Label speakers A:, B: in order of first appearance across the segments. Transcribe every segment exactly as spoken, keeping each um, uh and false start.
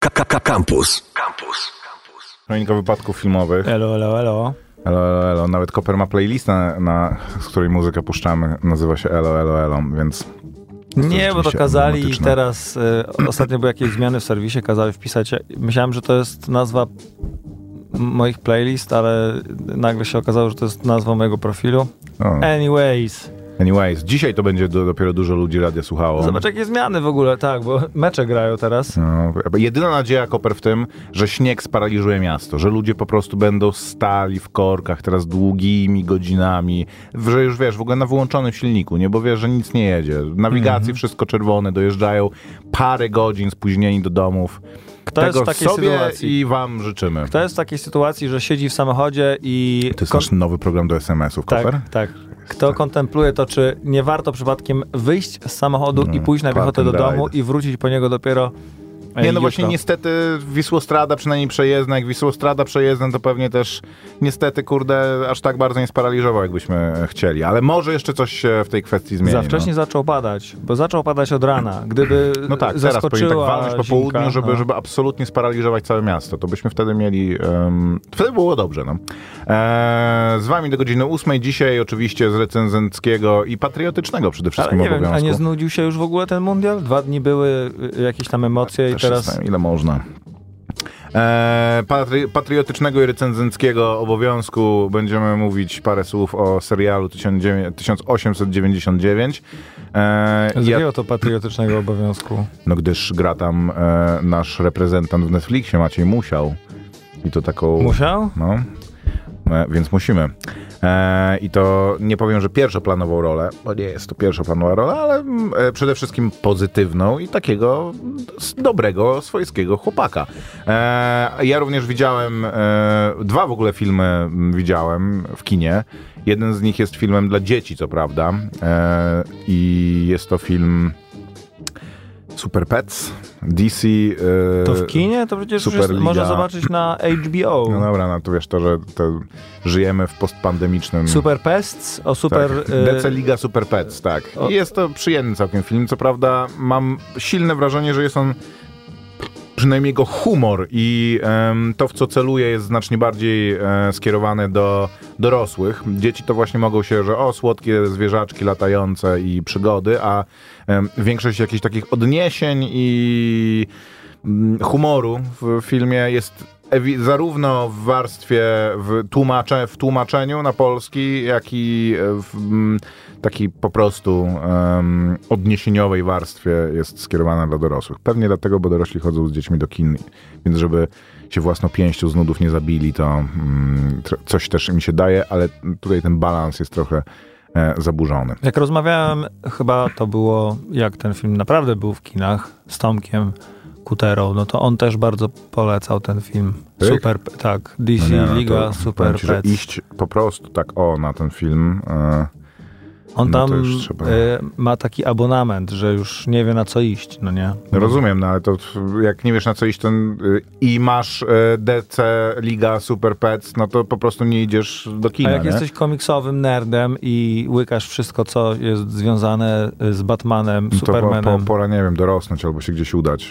A: Campus. Campus.
B: Kronika wypadków filmowych.
C: Elo, elo, elo.
B: Elo, elo, elo. Nawet Koper ma playlist, na, na, z której muzykę puszczamy. Nazywa się Elo, elo, elo, więc...
C: Nie, bo to kazali i teraz y, ostatnio były jakieś zmiany w serwisie, kazali wpisać. Myślałem, że to jest nazwa moich playlist, ale nagle się okazało, że to jest nazwa mojego profilu.
B: O.
C: Anyways.
B: Anyways, dzisiaj to będzie do, dopiero dużo ludzi radia słuchało.
C: Zobacz, jakie zmiany w ogóle, tak, bo mecze grają teraz.
B: No, jedyna nadzieja, Koper, w tym, że śnieg sparaliżuje miasto, że ludzie po prostu będą stali w korkach teraz długimi godzinami, że już wiesz, w ogóle na wyłączonym silniku, nie, bo wiesz, że nic nie jedzie. Nawigacji mm-hmm. wszystko czerwone, dojeżdżają parę godzin spóźnieni do domów.
C: Kto
B: Tego
C: jest w takiej
B: sobie
C: sytuacji?
B: I wam życzymy.
C: Kto jest w takiej sytuacji, że siedzi w samochodzie i...
B: To jest nasz nowy program do es em esów, Koper?
C: Tak, tak. Kto kontempluje to, czy nie warto przypadkiem wyjść z samochodu no, i pójść na piechotę do domu i wrócić po niego dopiero
B: Nie, no
C: jutro.
B: właśnie niestety Wisłostrada, przynajmniej przejezdna, jak Wisłostrada przejezdna, to pewnie też niestety, kurde, aż tak bardzo nie sparaliżował, jakbyśmy chcieli. Ale może jeszcze coś się w tej kwestii zmieni.
C: Za wcześnie
B: no.
C: zaczął padać, bo zaczął padać od rana. Gdyby
B: No tak, teraz powinien tak walnąć po
C: zimka,
B: południu, żeby,
C: no.
B: żeby absolutnie sparaliżować całe miasto. To byśmy wtedy mieli... Um, wtedy było dobrze, no. Eee, z wami do godziny ósmej. Dzisiaj oczywiście z recenzenckiego i patriotycznego przede wszystkim
C: Ale nie
B: obowiązku.
C: wiem, a nie znudził się już w ogóle ten mundial? Dwa dni były jakieś tam emocje
B: Też
C: i teraz...
B: Jestem, ile można. Eee, patri- patriotycznego i recenzenckiego obowiązku będziemy mówić parę słów o serialu tysiąc osiemset dziewięćdziesiąt dziewięć. Eee,
C: Z jakiego ja... to patriotycznego obowiązku?
B: No gdyż gra tam e, nasz reprezentant w Netflixie, Maciej Musiał. I to taką...
C: Musiał?
B: No, e, więc musimy. E, I to nie powiem, że pierwszoplanową rolę, bo nie jest to pierwszoplanowa rola, ale e, przede wszystkim pozytywną i takiego dobrego, swojskiego chłopaka. E, ja również widziałem, e, dwa w ogóle filmy widziałem w kinie. Jeden z nich jest filmem dla dzieci, co prawda. E, I jest to film Super Pets, D C... Yy,
C: to w kinie? To przecież już jest, można zobaczyć na H B O.
B: No dobra, no to wiesz, to, że to żyjemy w postpandemicznym...
C: Super Pests? O super...
B: Tak, D C Liga Super Pets, tak. I jest to przyjemny całkiem film. Co prawda mam silne wrażenie, że jest on... Przynajmniej jego humor i um, to, w co celuje, jest znacznie bardziej e, skierowane do dorosłych. Dzieci to właśnie mogą się, że o, słodkie zwierzaczki latające i przygody, a um, większość jakichś takich odniesień i um, humoru w filmie jest ewi- zarówno w warstwie w, tłumacze- w tłumaczeniu na polski, jak i w um, takiej po prostu um, odniesieniowej warstwie jest skierowana dla dorosłych. Pewnie dlatego, bo dorośli chodzą z dziećmi do kin, więc żeby się własną pięścią z nudów nie zabili, to um, tr- coś też im się daje, ale tutaj ten balans jest trochę e, zaburzony.
C: Jak rozmawiałem, chyba to było, jak ten film naprawdę był w kinach z Tomkiem Kuterą, no to on też bardzo polecał ten film.
B: Tyk?
C: Super, tak, D C
B: no nie, no
C: Liga Super
B: ci,
C: Pets.
B: iść po prostu tak o na ten film... E,
C: On
B: no
C: tam
B: trzeba...
C: y, ma taki abonament, że już nie wie na co iść, no nie?
B: No rozumiem, no ale to jak nie wiesz na co iść to, y, i masz y, D C Liga Super Pets, no to po prostu nie idziesz do kina,
C: A jak
B: nie?
C: jesteś komiksowym nerdem i łykasz wszystko, co jest związane z Batmanem,
B: no
C: Supermanem...
B: To po, po, pora, nie wiem, dorosnąć albo się gdzieś udać.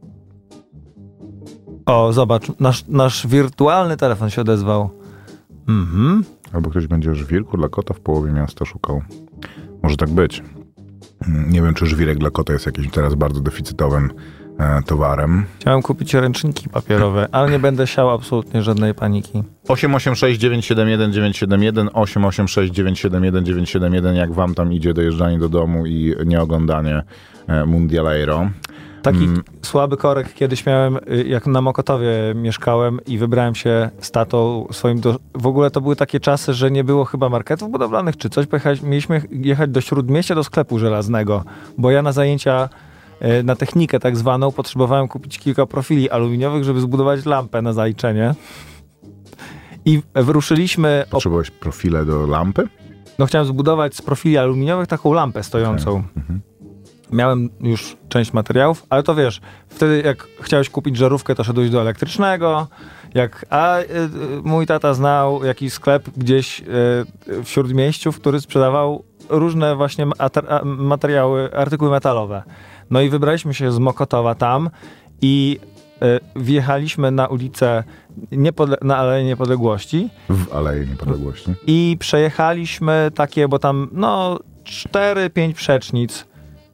C: O, zobacz, nasz, nasz wirtualny telefon się odezwał. Mhm.
B: Albo ktoś będzie żwirku dla kota w połowie miasta szukał. Może tak być. Nie wiem, czy żwirek dla kota jest jakimś teraz bardzo deficytowym e, towarem.
C: Chciałem kupić ręczniki papierowe, ale nie będę siał absolutnie żadnej paniki.
B: osiem osiem sześć dziewięć siedem jeden dziewięć siedem jeden, osiem osiem sześć dziewięć siedem jeden dziewięć siedem jeden, jak wam tam idzie dojeżdżanie do domu i nieoglądanie e, Mundialeiro.
C: Taki
B: Mm.
C: słaby korek kiedyś miałem, jak na Mokotowie mieszkałem i wybrałem się z tatą swoim... Do... W ogóle to były takie czasy, że nie było chyba marketów budowlanych czy coś. Pojechać, mieliśmy jechać do Śródmieścia, do sklepu żelaznego, bo ja na zajęcia, na technikę tak zwaną, potrzebowałem kupić kilka profili aluminiowych, żeby zbudować lampę na zaliczenie. I wyruszyliśmy...
B: Potrzebowałeś op- profile do lampy?
C: No chciałem zbudować z profili aluminiowych taką lampę stojącą. Okay. Mhm. Miałem już część materiałów, ale to wiesz, wtedy jak chciałeś kupić żarówkę, to szedłeś do elektrycznego, jak, a y, mój tata znał jakiś sklep gdzieś y, w Śródmieściu, który sprzedawał różne właśnie mater- materiały, artykuły metalowe. No i wybraliśmy się z Mokotowa tam i wjechaliśmy na ulicę niepodle- na Aleję Niepodległości.
B: W Aleję Niepodległości.
C: I przejechaliśmy takie, bo tam no cztery pięć przecznic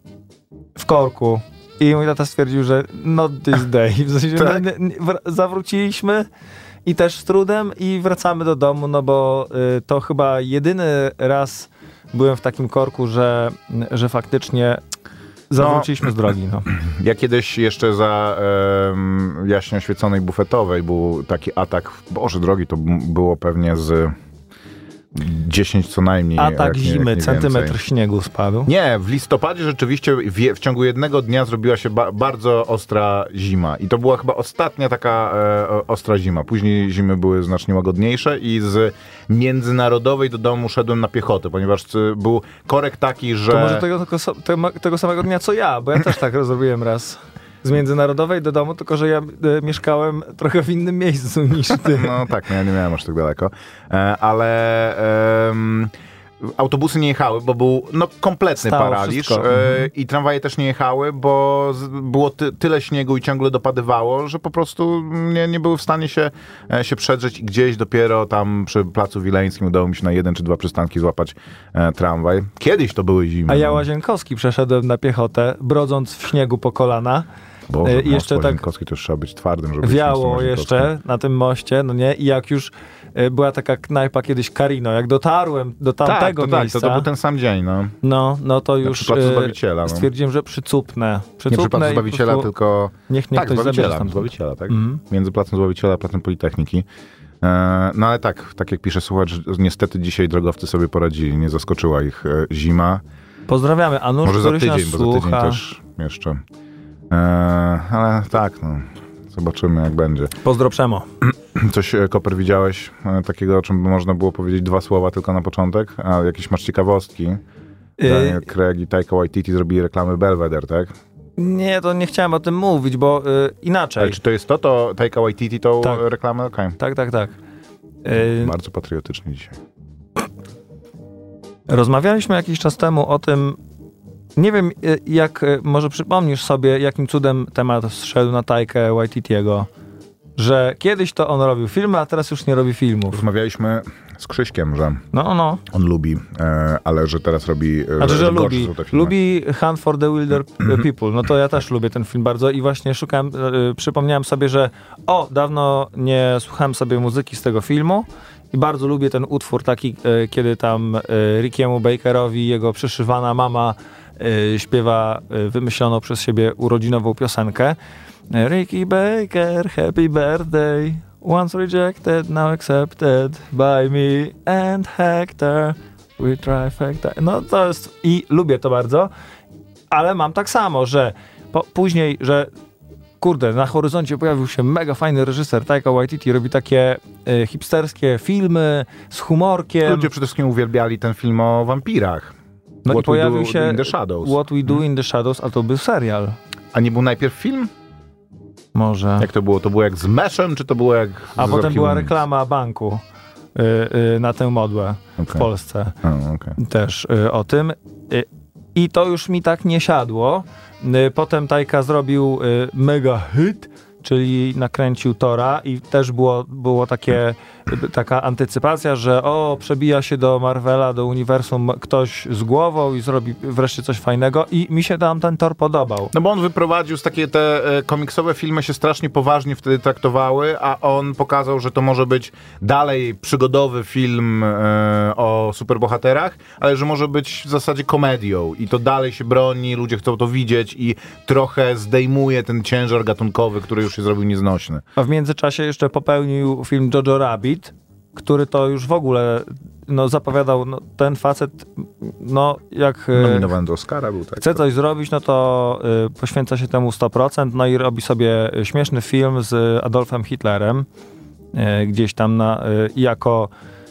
C: w korku. I mój tata stwierdził, że not this day. W sensie,
B: tak?
C: nie, nie, wr- zawróciliśmy i też z trudem i wracamy do domu, no bo y, to chyba jedyny raz byłem w takim korku, że, że faktycznie zawróciliśmy no, z drogi. No.
B: Ja kiedyś jeszcze za um, jaśnie oświeconej bufetowej był taki atak, Boże drogi, to b- było pewnie z dziesięć co najmniej.
C: Atak
B: nie,
C: zimy, centymetr śniegu spadł.
B: Nie, w listopadzie rzeczywiście w, w ciągu jednego dnia zrobiła się ba- bardzo ostra zima. I to była chyba ostatnia taka e, ostra zima. Później zimy były znacznie łagodniejsze i z międzynarodowej do domu szedłem na piechotę, ponieważ był korek taki, że...
C: To może tego, tego, tego samego dnia co ja, bo ja też tak zrobiłem raz. Z międzynarodowej do domu, tylko że ja e, mieszkałem trochę w innym miejscu niż ty.
B: No tak, no ja nie miałem aż tak daleko. E, ale e, autobusy nie jechały, bo był no, kompletny
C: Stało
B: paraliż. E,
C: mhm.
B: I tramwaje też nie jechały, bo z, było ty, tyle śniegu i ciągle dopadywało, że po prostu nie, nie były w stanie się, e, się przedrzeć i gdzieś dopiero tam przy Placu Wileńskim udało mi się na jeden czy dwa przystanki złapać e, tramwaj. Kiedyś to były zimy.
C: A ja Łazienkowski przeszedłem na piechotę, brodząc w śniegu po kolana.
B: Boże,
C: I jeszcze tak
B: to trzeba być twardym, żeby
C: wiało jeszcze na tym moście, no nie? I jak już y, była taka knajpa kiedyś Carino, jak dotarłem do tamtego
B: tak, to
C: miejsca...
B: Tak, to, to był ten sam dzień, no.
C: No, no to już
B: przy Placu Zbawiciela, no.
C: stwierdziłem, że przycupnę.
B: przycupnę nie przy Placu Zbawiciela,
C: prostu...
B: tylko...
C: Niech mnie
B: tak,
C: ktoś zabierze
B: Zbawiciela, Zbawiciela, tak?
C: Mm-hmm.
B: Między Placem Zbawiciela a Placem Politechniki. E, no ale tak, tak jak pisze słuchacz, niestety dzisiaj drogowcy sobie poradzili, nie zaskoczyła ich e, zima.
C: Pozdrawiamy Anusz,
B: Może za
C: któryś
B: tydzień,
C: nas
B: bo za tydzień
C: słucha.
B: też jeszcze... E, ale tak, no, zobaczymy jak będzie.
C: Pozdro Przemo.
B: Coś, Koper, widziałeś e, takiego, o czym by można było powiedzieć dwa słowa tylko na początek? A jakieś masz ciekawostki? Daniel Craig i Taika Waititi zrobili reklamy Belvedere, tak?
C: Nie, to nie chciałem o tym mówić, bo y, inaczej.
B: Ale czy to jest to, to Taika Waititi tą
C: tak.
B: reklamę? Okay.
C: Tak, tak, tak.
B: Y... Bardzo patriotycznie dzisiaj.
C: Rozmawialiśmy jakiś czas temu o tym, nie wiem, jak może przypomnisz sobie, jakim cudem temat zszedł na Taikę Waititiego, że kiedyś to on robił filmy, a teraz już nie robi filmów.
B: Rozmawialiśmy z Krzyśkiem, że
C: no, no.
B: on lubi, e, ale że teraz robi... E,
C: znaczy, że, że lubi. Lubi Hunt for the Wilder People. No to ja też lubię ten film bardzo i właśnie szukałem, e, przypomniałem sobie, że o, dawno nie słuchałem sobie muzyki z tego filmu i bardzo lubię ten utwór taki, e, kiedy tam e, Rickiemu Bakerowi jego przyszywana mama e, śpiewa e, wymyśloną przez siebie urodzinową piosenkę. Ricky Baker, happy birthday, once rejected, now accepted by me and Hector, we trifecta. No to jest, i lubię to bardzo, ale mam tak samo, że po, później, że kurde, na horyzoncie pojawił się mega fajny reżyser, Taika Waititi, robi takie e, hipsterskie filmy z humorkiem.
B: Ludzie przede wszystkim uwielbiali ten film o wampirach.
C: No
B: What
C: i pojawił
B: do
C: się
B: in the Shadows.
C: What We Do hmm. in the Shadows, a to był serial.
B: A nie był najpierw film?
C: Może.
B: Jak to było? To było jak z Meshem, czy to było jak z
C: A potem była reklama banku y, y, na tę modłę okay. w Polsce.
B: Oh, okay.
C: Też y, o tym. Y, I to już mi tak nie siadło. Y, potem Taika zrobił y, mega hit, czyli nakręcił Tora i też było, było takie, taka antycypacja, że o, przebija się do Marvela, do uniwersum ktoś z głową i zrobi wreszcie coś fajnego i mi się tam ten Thor podobał.
B: No bo on wyprowadził z takie te e, komiksowe filmy się strasznie poważnie wtedy traktowały, a on pokazał, że to może być dalej przygodowy film e, o superbohaterach, ale że może być w zasadzie komedią i to dalej się broni, ludzie chcą to widzieć i trochę zdejmuje ten ciężar gatunkowy, który już się zrobił nieznośny.
C: A w międzyczasie jeszcze popełnił film Jojo Rabbit, który to już w ogóle no, zapowiadał, no, ten facet, no jak
B: nominowany do Oscara był, tak?
C: Chce coś zrobić, no to y, poświęca się temu sto procent, no i robi sobie śmieszny film z Adolfem Hitlerem, y, gdzieś tam na, y, jako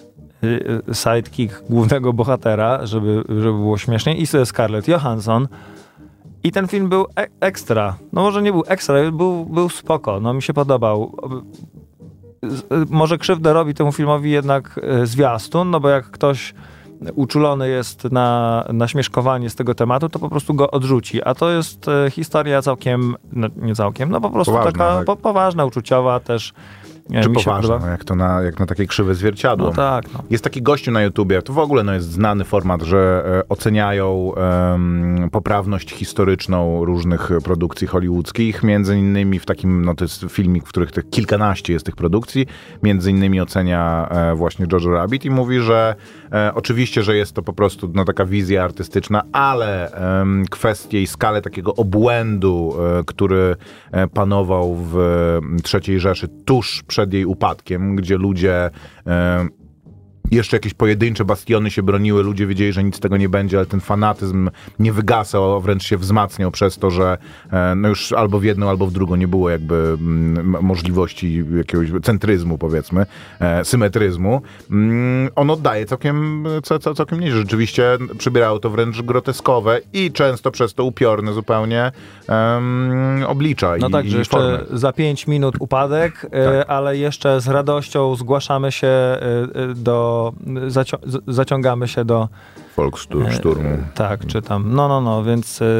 C: y, sidekick głównego bohatera, żeby, żeby było śmieszniej, i z Scarlett Johansson. I ten film był e- ekstra. No może nie był ekstra, był, był spoko, no mi się podobał. Może krzywdę robi temu filmowi jednak zwiastun, no bo jak ktoś uczulony jest na, na śmieszkowanie z tego tematu, to po prostu go odrzuci. A to jest e, historia całkiem, no, nie całkiem, no po prostu
B: poważna,
C: taka
B: tak.
C: po, poważna, uczuciowa też. Nie,
B: Czy
C: mi się
B: poważne,
C: podoba.
B: no, jak, to na, jak na takie krzywe zwierciadło.
C: No tak, no.
B: Jest taki gościu na YouTubie, to w ogóle no, jest znany format, że e, oceniają e, poprawność historyczną różnych produkcji hollywoodzkich, między innymi w takim, no to jest filmik, w których tych kilkanaście jest tych produkcji, między innymi ocenia e, właśnie Jojo Rabbit i mówi, że e, oczywiście, że jest to po prostu no, taka wizja artystyczna, ale e, kwestie i skalę takiego obłędu, e, który e, panował w trzeciej Rzeszy tuż przed jej upadkiem, gdzie ludzie e, jeszcze jakieś pojedyncze bastiony się broniły, ludzie wiedzieli, że nic z tego nie będzie, ale ten fanatyzm nie wygasał, wręcz się wzmacniał przez to, że e, no już albo w jedną, albo w drugą nie było jakby m, możliwości jakiegoś centryzmu, powiedzmy, e, symetryzmu. Mm, on oddaje całkiem, cał, całkiem nieźle. Rzeczywiście przybierało to wręcz groteskowe i często przez to upiorne zupełnie um, oblicza
C: No
B: i,
C: tak,
B: i
C: że jeszcze
B: formy.
C: za pięć minut upadek, tak. e, ale jeszcze z radością zgłaszamy się e, do Zacią zaciągamy się do
B: Volksturmu.
C: E, tak, czy tam, no, no, no, więc e,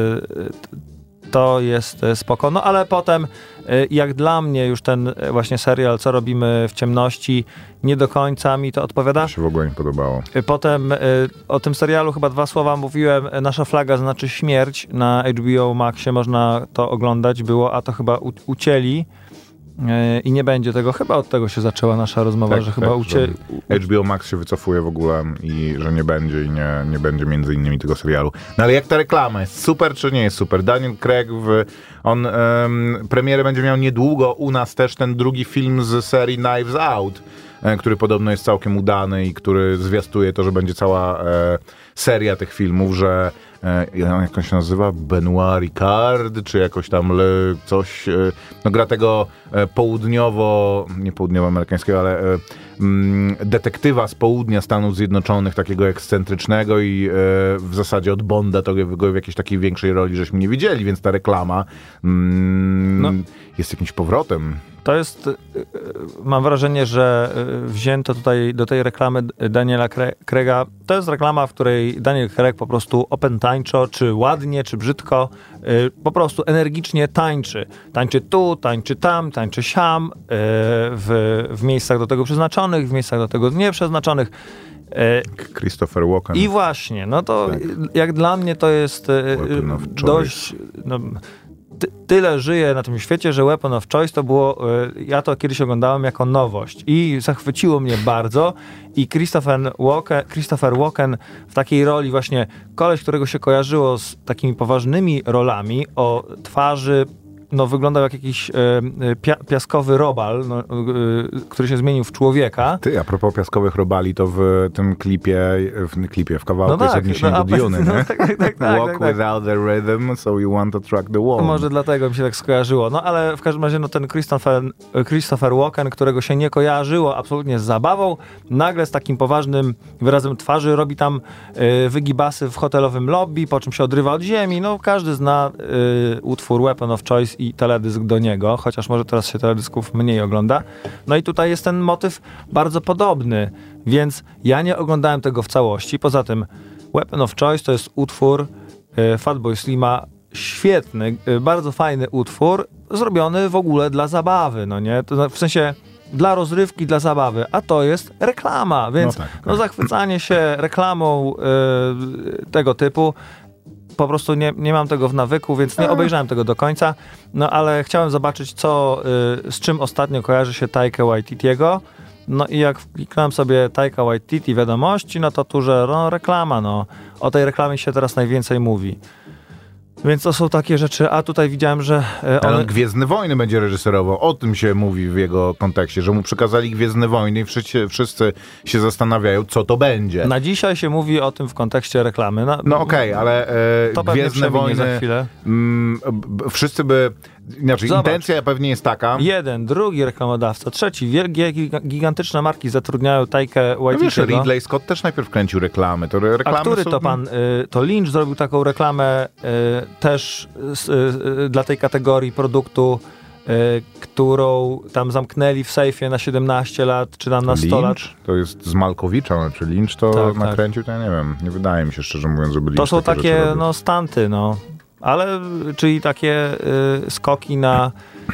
C: to jest spoko. No, ale potem, e, jak dla mnie już ten właśnie serial, co robimy w ciemności, nie do końca mi to odpowiada.
B: To się w ogóle nie podobało.
C: Potem e, o tym serialu chyba dwa słowa mówiłem. Nasza flaga znaczy śmierć. Na H B O Maxie można to oglądać było, a to chyba u ucięli. I nie będzie tego. Chyba od tego się zaczęła nasza rozmowa, tak, że tak, chyba ucie...
B: H B O Max się wycofuje w ogóle i że nie będzie i nie, nie będzie między innymi tego serialu. No ale jak ta reklama? Jest super czy nie jest super? Daniel Craig, w, on um, premierę będzie miał niedługo. U nas też ten drugi film z serii Knives Out, e, który podobno jest całkiem udany i który zwiastuje to, że będzie cała e, seria tych filmów, że jak on się nazywa? Benoit Ricard, czy jakoś tam le, coś, no gra tego południowo, nie południowoamerykańskiego, ale mm, detektywa z południa Stanów Zjednoczonych, takiego ekscentrycznego i e, w zasadzie od Bonda to go w jakiejś takiej większej roli żeśmy nie widzieli, więc ta reklama mm, no. jest jakimś powrotem.
C: To jest, mam wrażenie, że wzięto tutaj do tej reklamy Daniela Craiga. To jest reklama, w której Daniel Craig po prostu opętańczo, czy ładnie, czy brzydko, po prostu energicznie tańczy. Tańczy tu, tańczy tam, tańczy siam, w, w miejscach do tego przeznaczonych, w miejscach do tego nieprzeznaczonych.
B: Christopher Walken.
C: I właśnie, no to tak. Jak dla mnie to jest dość... No, Ty, tyle żyję na tym świecie, że Weapon of Choice to było, ja to kiedyś oglądałem jako nowość i zachwyciło mnie bardzo i Christopher Walken, Christopher Walken w takiej roli właśnie koleś, którego się kojarzyło z takimi poważnymi rolami o twarzy, no wyglądał jak jakiś e, pia, piaskowy robal, no, e, który się zmienił w człowieka.
B: Ty, a propos piaskowych robali, to w tym klipie, w klipie, w kawałku
C: no tak,
B: jest odniesienie
C: no,
B: do Duny,
C: no,
B: nie?
C: tak, tak, tak,
B: Walk
C: tak, tak.
B: without the rhythm, so you want to track the wall.
C: Może dlatego mi się tak skojarzyło. No ale w każdym razie no, ten Christopher, Christopher Walken, którego się nie kojarzyło absolutnie z zabawą, nagle z takim poważnym wyrazem twarzy robi tam y, wygibasy w hotelowym lobby, po czym się odrywa od ziemi. No każdy zna y, utwór Weapon of Choice i teledysk do niego, chociaż może teraz się teledysków mniej ogląda. No i tutaj jest ten motyw bardzo podobny, więc ja nie oglądałem tego w całości. Poza tym Weapon of Choice to jest utwór y, Fatboy Slima, świetny, y, bardzo fajny utwór, zrobiony w ogóle dla zabawy, no nie? To, w sensie dla rozrywki, dla zabawy, a to jest reklama, więc no, tak, tak. no zachwycanie się reklamą y, tego typu po prostu nie, nie mam tego w nawyku, więc nie obejrzałem tego do końca, no ale chciałem zobaczyć, co, y, z czym ostatnio kojarzy się Taika Waititiego. No i jak kliknąłem sobie Taika Waititi wiadomości, no to tu, że no, reklama, no. O tej reklamie się teraz najwięcej mówi. Więc to są takie rzeczy, a tutaj widziałem, że...
B: On... Ale on Gwiezdne Wojny będzie reżyserował, o tym się mówi w jego kontekście, że mu przekazali Gwiezdne Wojny i wszyscy, wszyscy się zastanawiają, co to będzie.
C: Na dzisiaj się mówi o tym w kontekście reklamy. Na...
B: No okej, okay, ale e,
C: to
B: Gwiezdne Wojny...
C: za chwilę.
B: Mm, wszyscy by... Znaczy, Zobacz, intencja pewnie jest taka...
C: Jeden, drugi reklamodawca, trzeci, wielkie, gigantyczne marki zatrudniają Taikę Waititiego.
B: No wiesz, Ridley Scott też najpierw kręcił reklamy. To reklamy
C: A który
B: są...
C: to pan... Y, to Lynch zrobił taką reklamę y, też y, y, dla tej kategorii produktu którą tam zamknęli w sejfie na siedemnaście lat, czy tam na sto lat.
B: To jest z Malkowicza, czy Lynch to
C: tak,
B: nakręcił,
C: tak.
B: to ja nie wiem. Nie wydaje mi się, szczerze mówiąc, żeby Lynch
C: To są
B: takie,
C: takie no, stanty, no. Ale, czyli takie y, skoki na...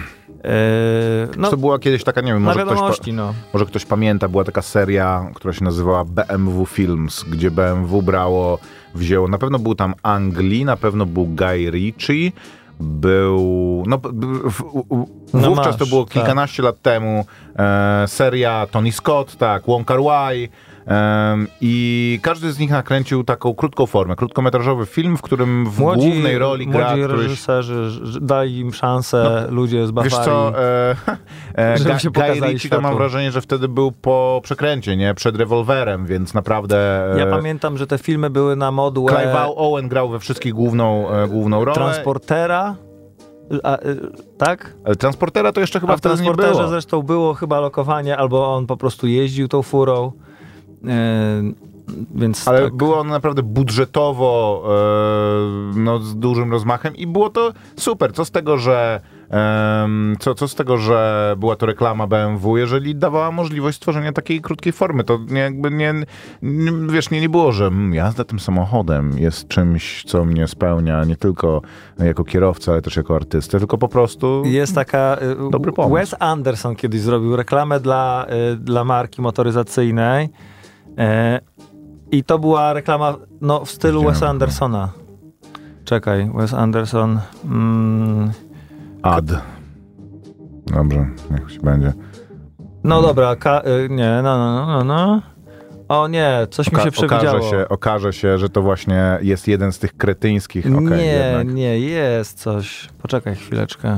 C: Y, no,
B: to była kiedyś taka, nie wiem, może ktoś, pa-
C: no.
B: może ktoś pamięta, była taka seria, która się nazywała B M W Films, gdzie B M W brało, wzięło, na pewno był tam Ang Lee, na pewno był Guy Ritchie, był, no w, w, w,
C: no
B: wówczas
C: masz,
B: to było kilkanaście tak. lat temu, e, seria Tony Scott, tak, Wong Kar-wai, Um, i każdy z nich nakręcił taką krótką formę, krótkometrażowy film, w którym w
C: młodzi,
B: głównej roli gra
C: młodzi
B: któryś...
C: reżyserzy, dali im szansę, no, ludzie z Bawarii.
B: Wiesz co, e, e,
C: żeby
B: Ga-
C: się
B: Guy
C: pokazali
B: Ritchie to mam wrażenie, że wtedy był po przekręcie, nie? Przed rewolwerem, więc naprawdę... E,
C: ja pamiętam, że te filmy były na modłę...
B: Clive Owen grał we wszystkich główną, e, główną rolę.
C: Transportera. A, y, tak?
B: Ale Transportera to jeszcze chyba
C: A w
B: wtedy nie było.
C: Transporterze zresztą było chyba lokowanie, albo on po prostu jeździł tą furą. Yy, więc
B: Ale
C: tak.
B: było ono naprawdę budżetowo, e, no, z dużym rozmachem i było to super. Co z tego, że e, co, co z tego, że była to reklama B M W, jeżeli dawała możliwość stworzenia takiej krótkiej formy. To nie, jakby nie, nie wiesz, nie, nie było, że mm, jazda tym samochodem jest czymś, co mnie spełnia nie tylko jako kierowca, ale też jako artystę, tylko po prostu
C: jest taka... Y,
B: dobry pomysł.
C: Wes Anderson kiedyś zrobił reklamę dla, y, dla marki motoryzacyjnej. E, I to była reklama no, w stylu
B: Widziałem,
C: Wesa Andersona. Czekaj, Wes Anderson. Mm.
B: Ad. Dobrze, niech się będzie.
C: No dobra, ka- y, nie, no, no, no, no. O nie, coś Oka- mi się przewidziało.
B: Okaże się, okaże się, że to właśnie jest jeden z tych kretyńskich... Okay,
C: nie,
B: jednak.
C: nie, jest coś. Poczekaj chwileczkę.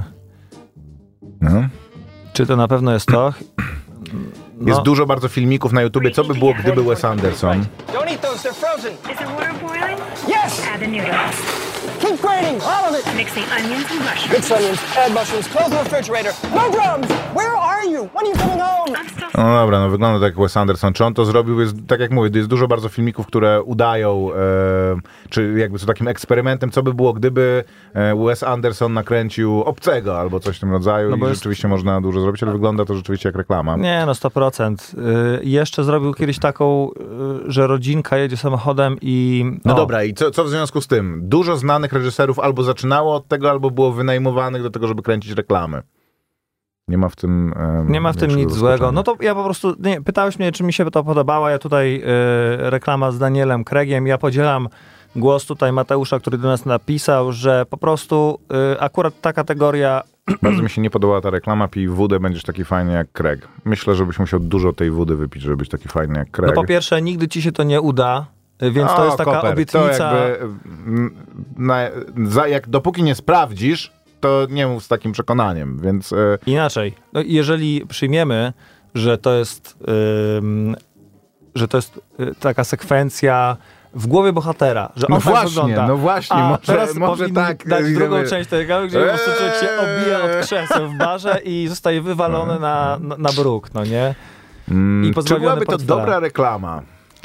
B: No.
C: Czy to na pewno jest to? No.
B: Jest dużo bardzo filmików na YouTubie. Co by było, gdyby Wes Anderson...
A: Don't eat those, they're frozen.
D: Is the water boiling?
A: Yes!
D: Add the noodles.
A: Keep grating, all of it.
D: Mix the onions and mushrooms.
A: Mix onions, add mushrooms, close the refrigerator. No drums! Where are you? When are you coming home?
D: I'm still...
B: No dobra, no wygląda tak jak Wes Anderson. Czy on to zrobił? Jest, tak jak mówię, jest dużo bardzo filmików, które udają, e, czy jakby są takim eksperymentem, co by było, gdyby e, Wes Anderson nakręcił Obcego albo coś w tym rodzaju no i jest... rzeczywiście można dużo zrobić, ale wygląda to rzeczywiście jak reklama.
C: Nie, no sto procent. Yy, jeszcze zrobił kiedyś taką, yy, że rodzinka jedzie samochodem i...
B: No
C: o.
B: dobra, i co, co w związku z tym? Dużo znanych reżyserów albo zaczynało od tego, albo było wynajmowanych do tego, żeby kręcić reklamy. Nie ma w tym um,
C: Nie ma w tym nic złego. No to ja po prostu, nie, pytałeś mnie, czy mi się to podobało. Ja tutaj y, reklama z Danielem Craigiem. Ja podzielam głos tutaj Mateusza, który do nas napisał, że po prostu y, akurat ta kategoria...
B: Bardzo mi się nie podobała ta reklama. Pij wódę, będziesz taki fajny jak Craig. Myślę, żebyś musiał dużo tej wody wypić, żeby być taki fajny jak Craig.
C: No po pierwsze, nigdy ci się to nie uda, więc
B: o,
C: to jest taka
B: Koper,
C: obietnica...
B: To jakby, na, za, jak, dopóki nie sprawdzisz, to nie mów z takim przekonaniem, więc... E...
C: Inaczej. No, jeżeli przyjmiemy, że to jest, ym, że to jest y, taka sekwencja w głowie bohatera, że on
B: no
C: tak
B: właśnie,
C: wygląda.
B: No właśnie,
C: a
B: może,
C: teraz
B: może tak...
C: dać
B: idziemy.
C: drugą część tej reklamy, gdzie po prostu człowiek się obija od krzeseł w barze i zostaje wywalony na, na, na bruk, no nie?
B: Mm,
C: I
B: czy byłaby to
C: portfela.
B: dobra reklama?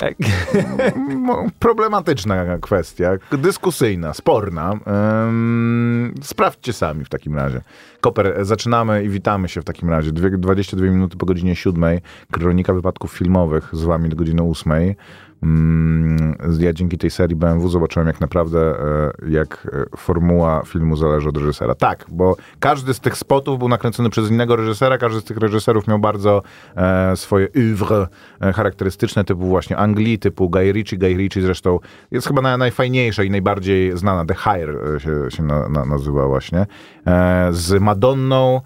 B: Problematyczna kwestia, dyskusyjna, sporna. Um, sprawdźcie sami w takim razie. Koper, zaczynamy i witamy się w takim razie. Dwie, dwadzieścia dwie minuty po godzinie siódmej. Kronika wypadków filmowych z wami do godziny ósmej. Um, ja dzięki tej serii B M W zobaczyłem, jak naprawdę jak formuła filmu zależy od reżysera. Tak, bo każdy z tych spotów był nakręcony przez innego reżysera, każdy z tych reżyserów miał bardzo e, swoje oeuvre e, charakterystyczne, typu właśnie Ang Lee, typu Guy Ritchie. Guy Ritchie zresztą jest chyba na, najfajniejsza i najbardziej znana. The Hire się, się na, na, nazywa właśnie. E, z Madonną.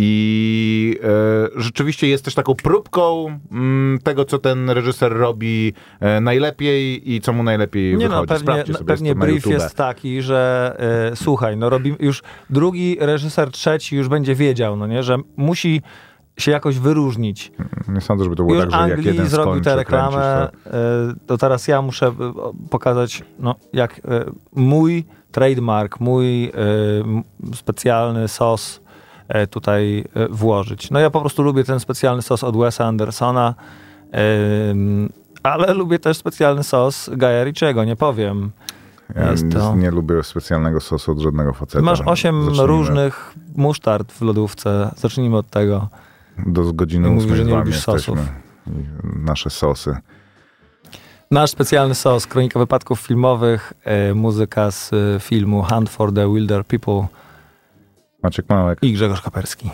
B: I e, rzeczywiście jest też taką próbką m, tego, co ten reżyser robi e, najlepiej i co mu najlepiej
C: Nie
B: wychodzi.
C: No, pewnie
B: sobie,
C: pewnie
B: jest
C: brief jest taki, że e, słuchaj, no robimy już drugi reżyser, trzeci już będzie wiedział, no nie, że musi się jakoś wyróżnić.
B: Nie sądzę, żeby to było
C: już
B: tak, że
C: Ang
B: jak
C: Lee
B: jeden
C: zrobił
B: skończy,
C: tę reklamę,
B: kręcisz,
C: to... to teraz ja muszę pokazać, no, jak mój trademark, mój specjalny sos tutaj włożyć. No ja po prostu lubię ten specjalny sos od Wesa Andersona, ale lubię też specjalny sos Guya Ritchiego, nie powiem.
B: Ja
C: Jest
B: nie,
C: to.
B: nie lubię specjalnego sosu od żadnego faceta.
C: Masz osiem
B: Zacznijmy.
C: różnych musztard w lodówce. Zacznijmy od tego.
B: Do godziny
C: I mówisz,
B: ósmej
C: że
B: z
C: nie
B: wami
C: lubisz
B: jesteśmy.
C: sosów.
B: I nasze sosy.
C: Nasz specjalny sos, kronika wypadków filmowych, e, muzyka z e, filmu Hunt for the Wilder People
B: Maciek Małek.
C: i Grzegorz Kaperski.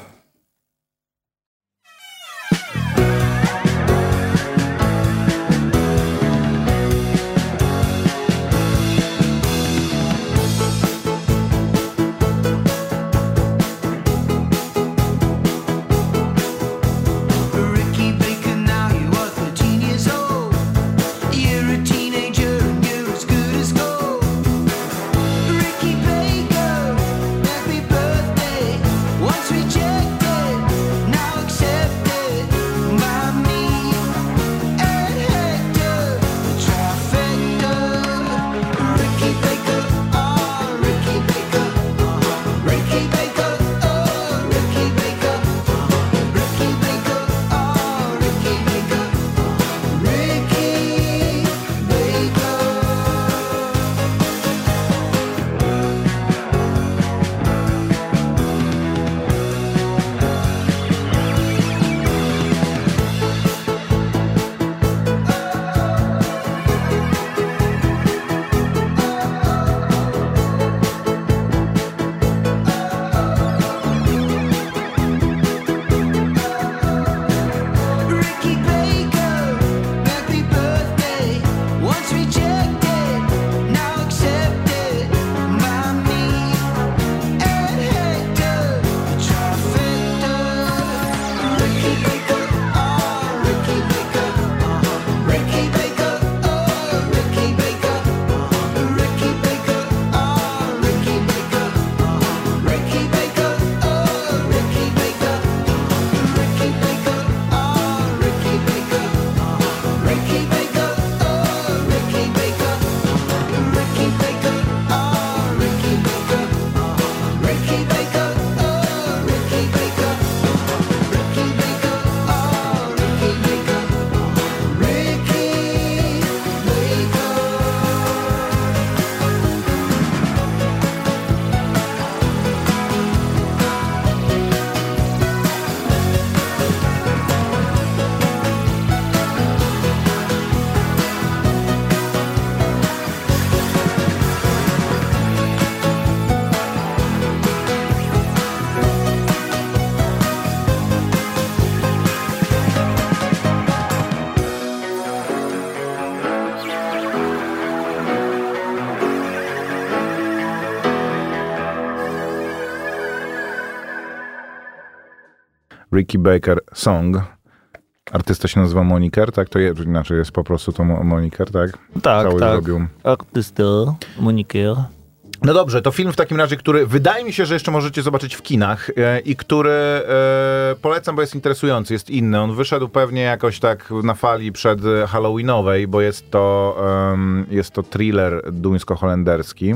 E: Ricky Baker, now you are thirteen years old. You're a teenager and you're as good as gold. Ricky Baker, happy birthday. Once rejected, now accepted by me and Hector, the trifecta. Ricky Baker, oh, Ricky Baker, uh-huh. Ricky Baker, oh, Ricky Baker, uh-huh. Ricky Baker, oh, Ricky Baker, uh-huh. Ricky Baker. Ricky Baker, happy birthday. Once rejected, now accepted by me and Hector, the trifecta. Ricky Baker, oh, Ricky Baker, uh-huh. Ricky Baker, oh, Ricky Baker, uh-huh. Ricky Baker, oh, Ricky Baker, uh-huh. Ricky Baker, oh, Ricky Baker, uh-huh. Ricky Baker, oh, Ricky Baker, uh-huh. Ricky Baker, oh, Ricky Baker, uh-huh. Ricky Baker, oh, Ricky Baker, uh-huh. Ricky Baker, oh, Ricky Baker, uh-huh. Ricky Baker, oh, Ricky Baker, uh-huh.
B: Ricky Baker Song. Artysta się nazywa Moniker, tak? To je, inaczej jest po prostu to Mo- Moniker, tak?
C: Tak,
B: Cały
C: tak.
B: zrobił.
C: Artysta, Moniker.
B: No dobrze, to film w takim razie, który wydaje mi się, że jeszcze możecie zobaczyć w kinach e, i który e, polecam, bo jest interesujący, jest inny. On wyszedł pewnie jakoś tak na fali przed Halloweenowej, bo jest to, em, jest to thriller duńsko-holenderski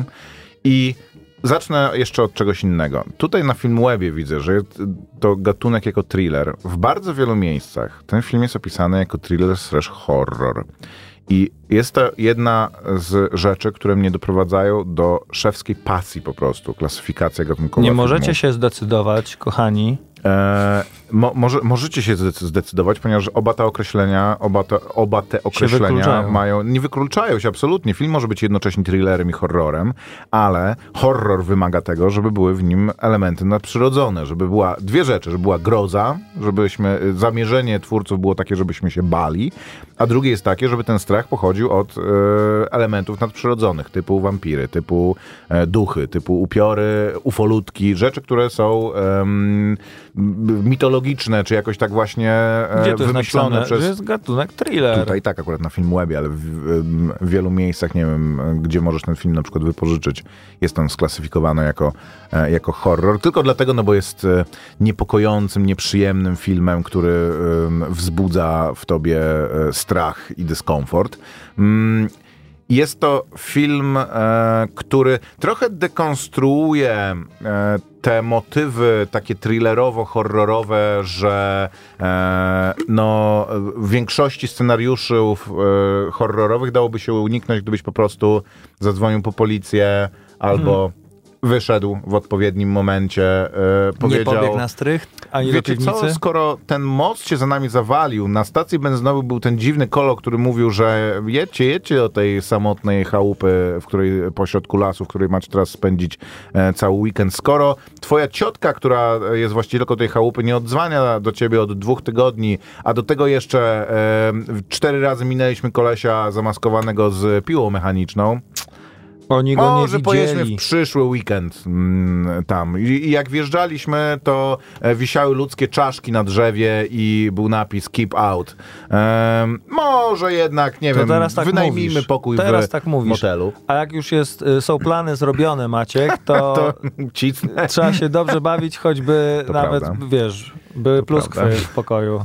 B: i zacznę jeszcze od czegoś innego. Tutaj na Filmwebie widzę, że jest to gatunek jako thriller. W bardzo wielu miejscach ten film jest opisany jako thriller slash horror. I jest to jedna z rzeczy, które mnie doprowadzają do szewskiej pasji po prostu, klasyfikacja gatunkowa
C: Nie
B: filmu.
C: możecie się zdecydować, kochani.
B: E, mo, może, możecie się zdecy- zdecydować, ponieważ oba te określenia, oba te, oba te określenia
C: wykluczają.
B: mają, nie wykluczają się absolutnie. Film może być jednocześnie thrillerem i horrorem, ale horror wymaga tego, żeby były w nim elementy nadprzyrodzone, żeby była dwie rzeczy, żeby była groza, żebyśmy, zamierzenie twórców było takie, żebyśmy się bali, a drugie jest takie, żeby ten strach pochodził od e, elementów nadprzyrodzonych, typu wampiry, typu e, duchy, typu upiory, ufolutki, rzeczy, które są em, mitologiczne, czy jakoś tak właśnie e,
C: Gdzie to jest
B: wymyślone
C: napisane?
B: przez...
C: Że jest gatunek thriller.
B: Tutaj tak akurat na Filmwebie, ale w, w, w wielu miejscach, nie wiem, gdzie możesz ten film na przykład wypożyczyć, jest on sklasyfikowany jako, e, jako horror, tylko dlatego, no bo jest e, niepokojącym, nieprzyjemnym filmem, który e, wzbudza w tobie e, strach i dyskomfort. Mm, Jest to film, e, który trochę dekonstruuje e, te motywy takie thrillerowo-horrorowe, że e, no, w większości scenariuszy e, horrorowych dałoby się uniknąć, gdybyś po prostu zadzwonił po policję albo hmm. wyszedł w odpowiednim momencie, e, powiedział...
C: Nie pobiegł na strych, ani do
B: Wiecie
C: piwnicy?
B: co, skoro ten most się za nami zawalił, na stacji benzynowej był ten dziwny kolo, który mówił, że jedźcie, jedźcie do tej samotnej chałupy, w której, pośrodku lasu, w której macie teraz spędzić e, cały weekend. Skoro twoja ciotka, która jest właścicielką tej chałupy, nie odzwania do ciebie od dwóch tygodni, a do tego jeszcze e, cztery razy minęliśmy kolesia zamaskowanego z piłą mechaniczną,
C: Oni go
B: może
C: nie
B: pojedźmy
C: widzieli.
B: w przyszły weekend mm, tam. I, I jak wjeżdżaliśmy, to e, wisiały ludzkie czaszki na drzewie i był napis keep out. Em, może jednak, nie
C: To
B: wiem,
C: teraz tak
B: wynajmijmy
C: mówisz.
B: pokój
C: Teraz
B: w
C: tak mówisz.
B: motelu.
C: A jak już jest, y, są plany zrobione, Maciek, to,
B: To cisnę.
C: trzeba się dobrze bawić, choćby
B: To
C: nawet,
B: prawda.
C: wiesz, były pluskwy
B: prawda.
C: w pokoju.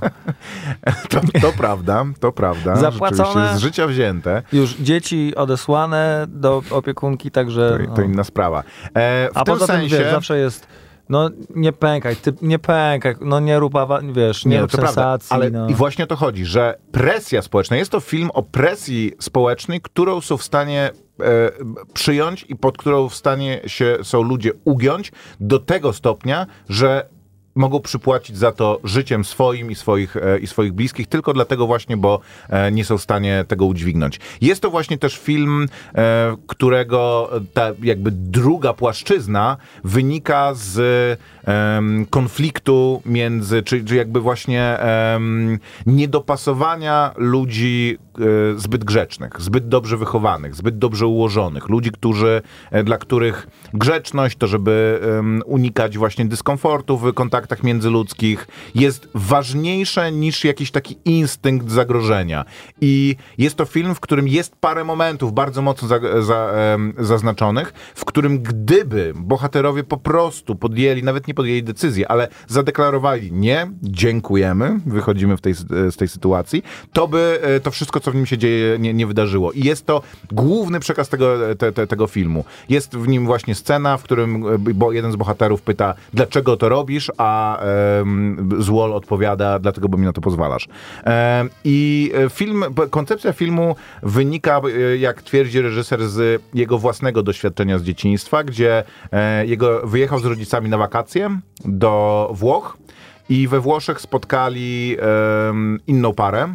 B: To, to prawda, to prawda.
C: Zapłacone.
B: Rzeczywiście z życia wzięte.
C: Już dzieci odesłane do opiekunki, także...
B: To, to
C: no.
B: inna sprawa. E, w
C: A
B: tym
C: poza tym,
B: sensie...
C: wiesz, zawsze jest, no nie pękaj, ty, nie pękaj, no nie rób, awa- wiesz, nie,
B: no
C: rób
B: to prawda,
C: sensacji.
B: ale
C: no.
B: i właśnie o to chodzi, że presja społeczna, jest to film o presji społecznej, którą są w stanie e, przyjąć i pod którą w stanie się są ludzie ugiąć do tego stopnia, że mogą przypłacić za to życiem swoim i swoich, e, i swoich bliskich, tylko dlatego właśnie, bo e, nie są w stanie tego udźwignąć. Jest to właśnie też film, e, którego ta jakby druga płaszczyzna wynika z em, konfliktu między, czy, czy jakby właśnie em, niedopasowania ludzi e, zbyt grzecznych, zbyt dobrze wychowanych, zbyt dobrze ułożonych, ludzi, którzy, e, dla których grzeczność, to żeby em, unikać właśnie dyskomfortu w kontaktach międzyludzkich, jest ważniejsze niż jakiś taki instynkt zagrożenia. I jest to film, w którym jest parę momentów bardzo mocno za, za, em, zaznaczonych, w którym gdyby bohaterowie po prostu podjęli, nawet nie podjęli decyzji, ale zadeklarowali nie, dziękujemy, wychodzimy w tej, z tej sytuacji, to by e, to wszystko, co w nim się dzieje, nie, nie wydarzyło. I jest to główny przekaz tego, te, te, tego filmu. Jest w nim właśnie scena, w którym e, bo jeden z bohaterów pyta, dlaczego to robisz, a em, Złol odpowiada, dlatego, bo mi na to pozwalasz. Em, I film, koncepcja filmu wynika, e, jak twierdzi reżyser, z jego własnego doświadczenia z dzieciństwa, gdzie e, jego wyjechał z rodzicami na wakacje do Włoch i we Włoszech spotkali em, inną parę,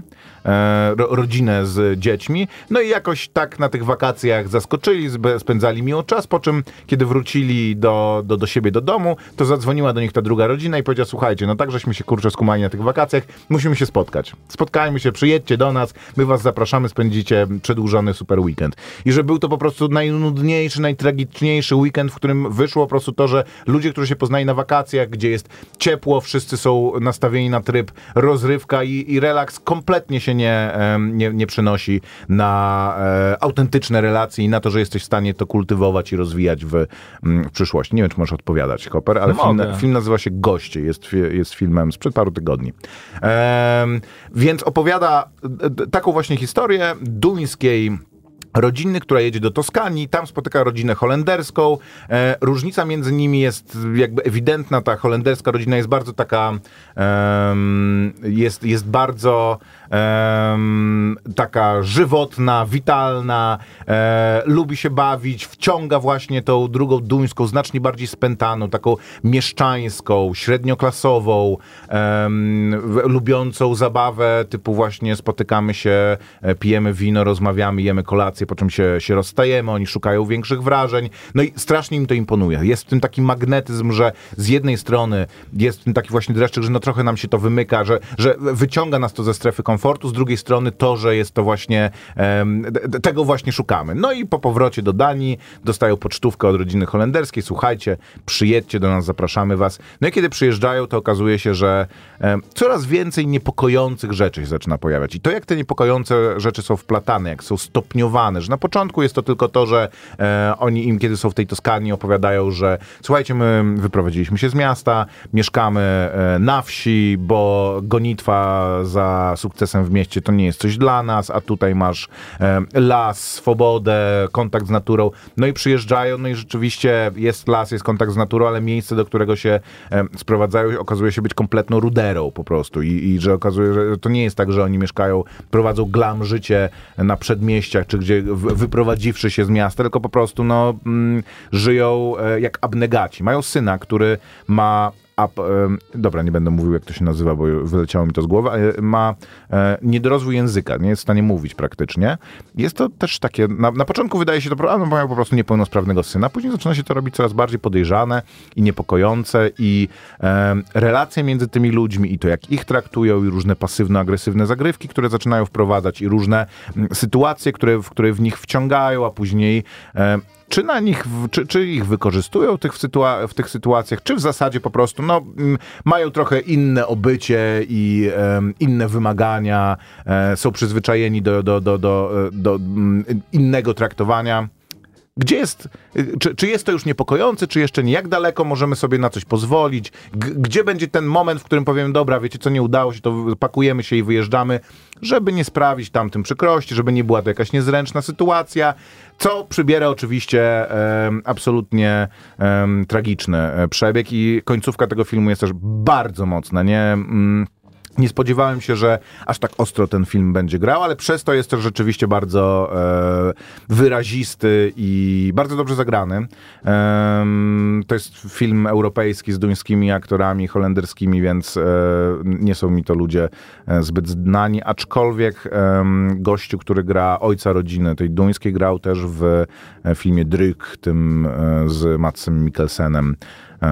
B: e, ro, rodzinę z dziećmi, no i jakoś tak na tych wakacjach zaskoczyli, zbe, spędzali miło czas, po czym kiedy wrócili do, do, do siebie, do domu, to zadzwoniła do nich ta druga rodzina i powiedziała, słuchajcie, no tak żeśmy się kurczę skumali na tych wakacjach, musimy się spotkać. Spotkajmy się, przyjedźcie do nas, my was zapraszamy, spędzicie przedłużony super weekend. I że był to po prostu najnudniejszy, najtragiczniejszy weekend, w którym wyszło po prostu to, że ludzie, którzy się poznali na wakacjach, gdzie jest ciepło, wszyscy są nastawieni na tryb rozrywka i, i relaks, kompletnie się nie, em, nie, nie przenosi na e, autentyczne relacje i na to, że jesteś w stanie to kultywować i rozwijać w, mm, w przyszłości. Nie wiem, czy możesz odpowiadać, Hopper, ale film,
C: Mogę.
B: film nazywa się Goście, jest, fi- jest filmem sprzed paru tygodni. Em, więc opowiada d- d- taką właśnie historię duńskiej rodziny, która jedzie do Toskanii, tam spotyka rodzinę holenderską. E, różnica między nimi jest jakby ewidentna. Ta holenderska rodzina jest bardzo taka em, jest, jest bardzo em, taka żywotna, witalna, e, lubi się bawić, wciąga właśnie tą drugą duńską, znacznie bardziej spętaną, taką mieszczańską, średnioklasową, em, w- lubiącą zabawę, typu właśnie spotykamy się, e, pijemy wino, rozmawiamy, jemy kolację, po czym się, się rozstajemy, oni szukają większych wrażeń, no i strasznie im to imponuje. Jest w tym taki magnetyzm, że z jednej strony jest w tym taki właśnie dreszczyk, że no trochę nam się to wymyka, że, że wyciąga nas to ze strefy komfortu, z drugiej strony to, że jest to właśnie, em, d- tego właśnie szukamy. No i po powrocie do Danii dostają pocztówkę od rodziny holenderskiej, słuchajcie, przyjedźcie do nas, zapraszamy was. No i kiedy przyjeżdżają, to okazuje się, że em, coraz więcej niepokojących rzeczy się zaczyna pojawiać. I to, jak te niepokojące rzeczy są wplatane, jak są stopniowane, napisane, że na początku jest to tylko to, że e, oni im, kiedy są w tej Toskanii, opowiadają, że słuchajcie, my wyprowadziliśmy się z miasta, mieszkamy e, na wsi, bo gonitwa za sukcesem w mieście to nie jest coś dla nas, a tutaj masz e, las, swobodę, kontakt z naturą. No i przyjeżdżają, no i rzeczywiście jest las, jest kontakt z naturą, ale miejsce, do którego się e, sprowadzają, okazuje się być kompletną ruderą po prostu i, i że okazuje, że to nie jest tak, że oni mieszkają, prowadzą glam życie na przedmieściach, czy gdzie w, wyprowadziwszy się z miasta, tylko po prostu no, mm, żyją e, jak abnegaci. Mają syna, który ma Up, e, dobra, nie będę mówił, jak to się nazywa, bo wyleciało mi to z głowy, ale ma e, niedorozwój języka, nie jest w stanie mówić praktycznie. Jest to też takie, na, na początku wydaje się to, a no, mają po prostu niepełnosprawnego syna, później zaczyna się to robić coraz bardziej podejrzane i niepokojące i e, relacje między tymi ludźmi i to, jak ich traktują i różne pasywno-agresywne zagrywki, które zaczynają wprowadzać i różne m, sytuacje, które, w które w nich wciągają, a później e, Czy na nich, czy, czy ich wykorzystują tych w, sytua- w tych sytuacjach, czy w zasadzie po prostu no, m, mają trochę inne obycie i em, inne wymagania, e, są przyzwyczajeni do, do, do, do, do m, innego traktowania. Gdzie jest, czy, czy jest to już niepokojące, czy jeszcze nie? Jak daleko możemy sobie na coś pozwolić? G- gdzie będzie ten moment, w którym powiemy, dobra, wiecie co, nie udało się, to pakujemy się i wyjeżdżamy, żeby nie sprawić tamtym przykrości, żeby nie była to jakaś niezręczna sytuacja, co przybiera oczywiście e, absolutnie e, tragiczny przebieg i końcówka tego filmu jest też bardzo mocna, nie? Mm. Nie spodziewałem się, że aż tak ostro ten film będzie grał, ale przez to jest też rzeczywiście bardzo e, wyrazisty i bardzo dobrze zagrany. E, to jest film europejski z duńskimi aktorami holenderskimi, więc e, nie są mi to ludzie e, zbyt znani, aczkolwiek e, gościu, który gra ojca rodziny tej duńskiej, grał też w e, filmie Dryk, tym e, z Madsem Mikkelsenem. E,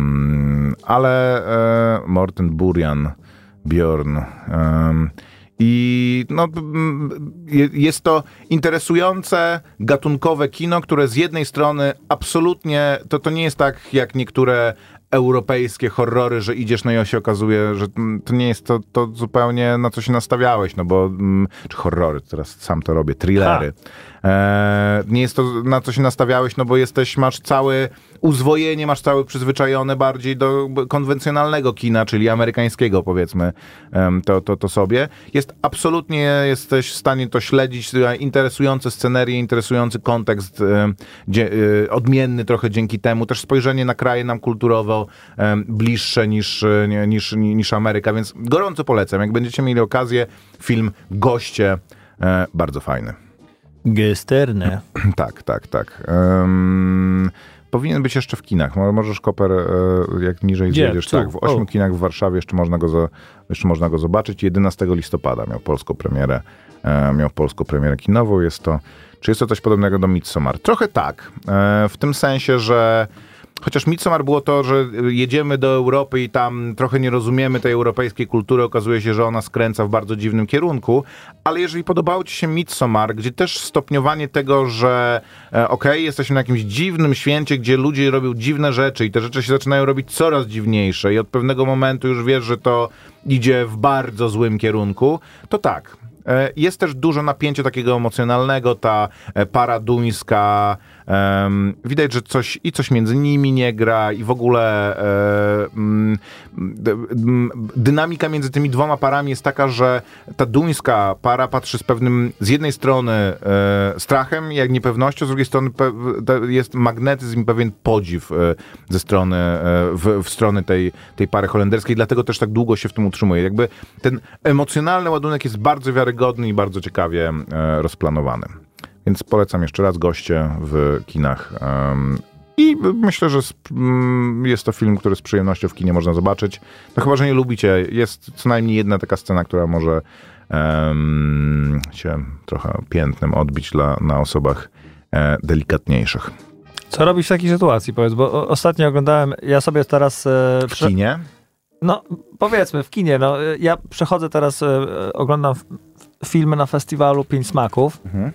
B: ale e, Morten Burian Bjorn. Um, I no, jest to interesujące, gatunkowe kino, które z jednej strony absolutnie, to, to nie jest tak jak niektóre europejskie horrory, że idziesz, no i się okazuje, że to nie jest to, to zupełnie na co się nastawiałeś, no bo, czy horrory, teraz sam to robię, thrillery. E, nie jest to na co się nastawiałeś, no bo jesteś, masz całe uzwojenie, masz całe przyzwyczajone bardziej do konwencjonalnego kina, czyli amerykańskiego, powiedzmy, to, to, to sobie. Jest absolutnie, jesteś w stanie to śledzić, interesujące scenerie, interesujący kontekst, dzie, odmienny trochę dzięki temu, też spojrzenie na kraje nam kulturowo bliższe niż, niż, niż Ameryka, więc gorąco polecam. Jak będziecie mieli okazję, film Goście, bardzo fajny.
C: Gesterne.
B: Tak, tak, tak. Um, powinien być jeszcze w kinach. Możesz, Koper, jak niżej
C: Gdzie?
B: zjedziesz.
C: Tu?
B: Tak, w ośmiu
C: O.
B: kinach w Warszawie jeszcze można go, za, jeszcze można go zobaczyć. jedenastego listopada miał polską premierę. E, miał polską premierę kinową. Jest to, czy jest to coś podobnego do Midsommar? Trochę tak. E, w tym sensie, że chociaż Midsommar było to, że jedziemy do Europy i tam trochę nie rozumiemy tej europejskiej kultury, okazuje się, że ona skręca w bardzo dziwnym kierunku, ale jeżeli podobało ci się Midsommar, gdzie też stopniowanie tego, że e, okej, okay, jesteśmy na jakimś dziwnym święcie, gdzie ludzie robią dziwne rzeczy i te rzeczy się zaczynają robić coraz dziwniejsze i od pewnego momentu już wiesz, że to idzie w bardzo złym kierunku, to tak. Jest też dużo napięcia takiego emocjonalnego, ta para duńska, um, widać, że coś i coś między nimi nie gra i w ogóle um, dynamika między tymi dwoma parami jest taka, że ta duńska para patrzy z pewnym, z jednej strony e, strachem, jak niepewnością, z drugiej strony pe, jest magnetyzm i pewien podziw e, ze strony, e, w, w stronę tej, tej pary holenderskiej, dlatego też tak długo się w tym utrzymuje. Jakby ten emocjonalny ładunek jest bardzo wiarygodny i bardzo ciekawie e, rozplanowany. Więc polecam jeszcze raz Goście w kinach. Um, I myślę, że sp- mm, jest to film, który z przyjemnością w kinie można zobaczyć. No chyba, że nie lubicie. Jest co najmniej jedna taka scena, która może um, się trochę piętnem odbić dla, na osobach e, delikatniejszych.
C: Co robić w takiej sytuacji, powiedz? Bo o, ostatnio oglądałem, ja sobie teraz... E,
B: W kinie?
C: No, powiedzmy, w kinie. No, ja przechodzę teraz, e, oglądam f- filmy na festiwalu Pięć Smaków.
B: Mhm.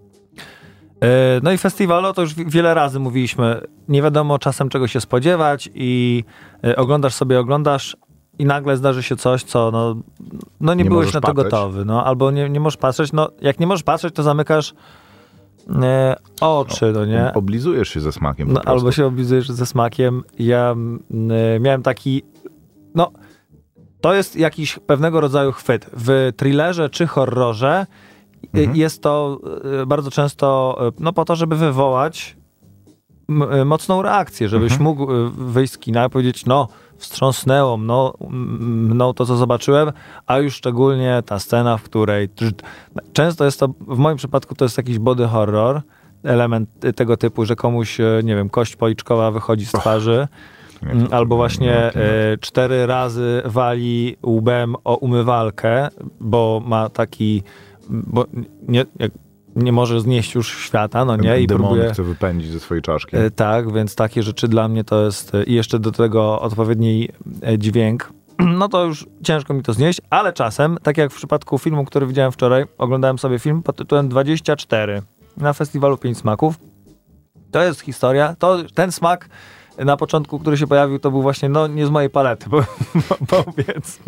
C: E, no i festiwalu to już wi- wiele razy mówiliśmy, nie wiadomo czasem czego się spodziewać i e, oglądasz sobie, oglądasz i nagle zdarzy się coś, co no, no nie,
B: Nie
C: byłeś
B: możesz
C: na to
B: patrzeć.
C: gotowy. No, albo nie, nie możesz patrzeć. No, jak nie możesz patrzeć, to zamykasz e, oczy, no nie?
B: Oblizujesz się ze smakiem po
C: No,
B: prostu.
C: albo się oblizujesz ze smakiem. Ja mm, miałem taki, no, to jest jakiś pewnego rodzaju chwyt. W thrillerze czy horrorze
B: Mhm.
C: jest to y, bardzo często y, no po to, żeby wywołać m- y, mocną reakcję, żebyś
B: Mhm.
C: mógł y, wyjść z kina i powiedzieć, no wstrząsnęło mną, m- mną to, co zobaczyłem, a już szczególnie ta scena, w której często jest to, w moim przypadku to jest jakiś body horror, element y, tego typu, że komuś, y, nie wiem, kość policzkowa wychodzi z twarzy,
B: Nie,
C: Mm,
B: to-
C: albo
B: to-
C: właśnie
B: no, to nie.
C: e, cztery razy wali łbem o umywalkę, bo ma taki, bo nie, jak, nie może znieść już świata, no nie, i
B: Demony
C: próbuje...
B: chce wypędzić ze swojej czaszki.
C: E, tak, więc takie rzeczy dla mnie to jest, e, i jeszcze do tego odpowiedni e, dźwięk, no to już ciężko mi to znieść, ale czasem, tak jak w przypadku filmu, który widziałem wczoraj, oglądałem sobie film pod tytułem dwadzieścia cztery na festiwalu Pięć Smaków. To jest historia, to ten smak na początku, który się pojawił, to był właśnie, no nie z mojej palety, bo, bo, powiedzmy.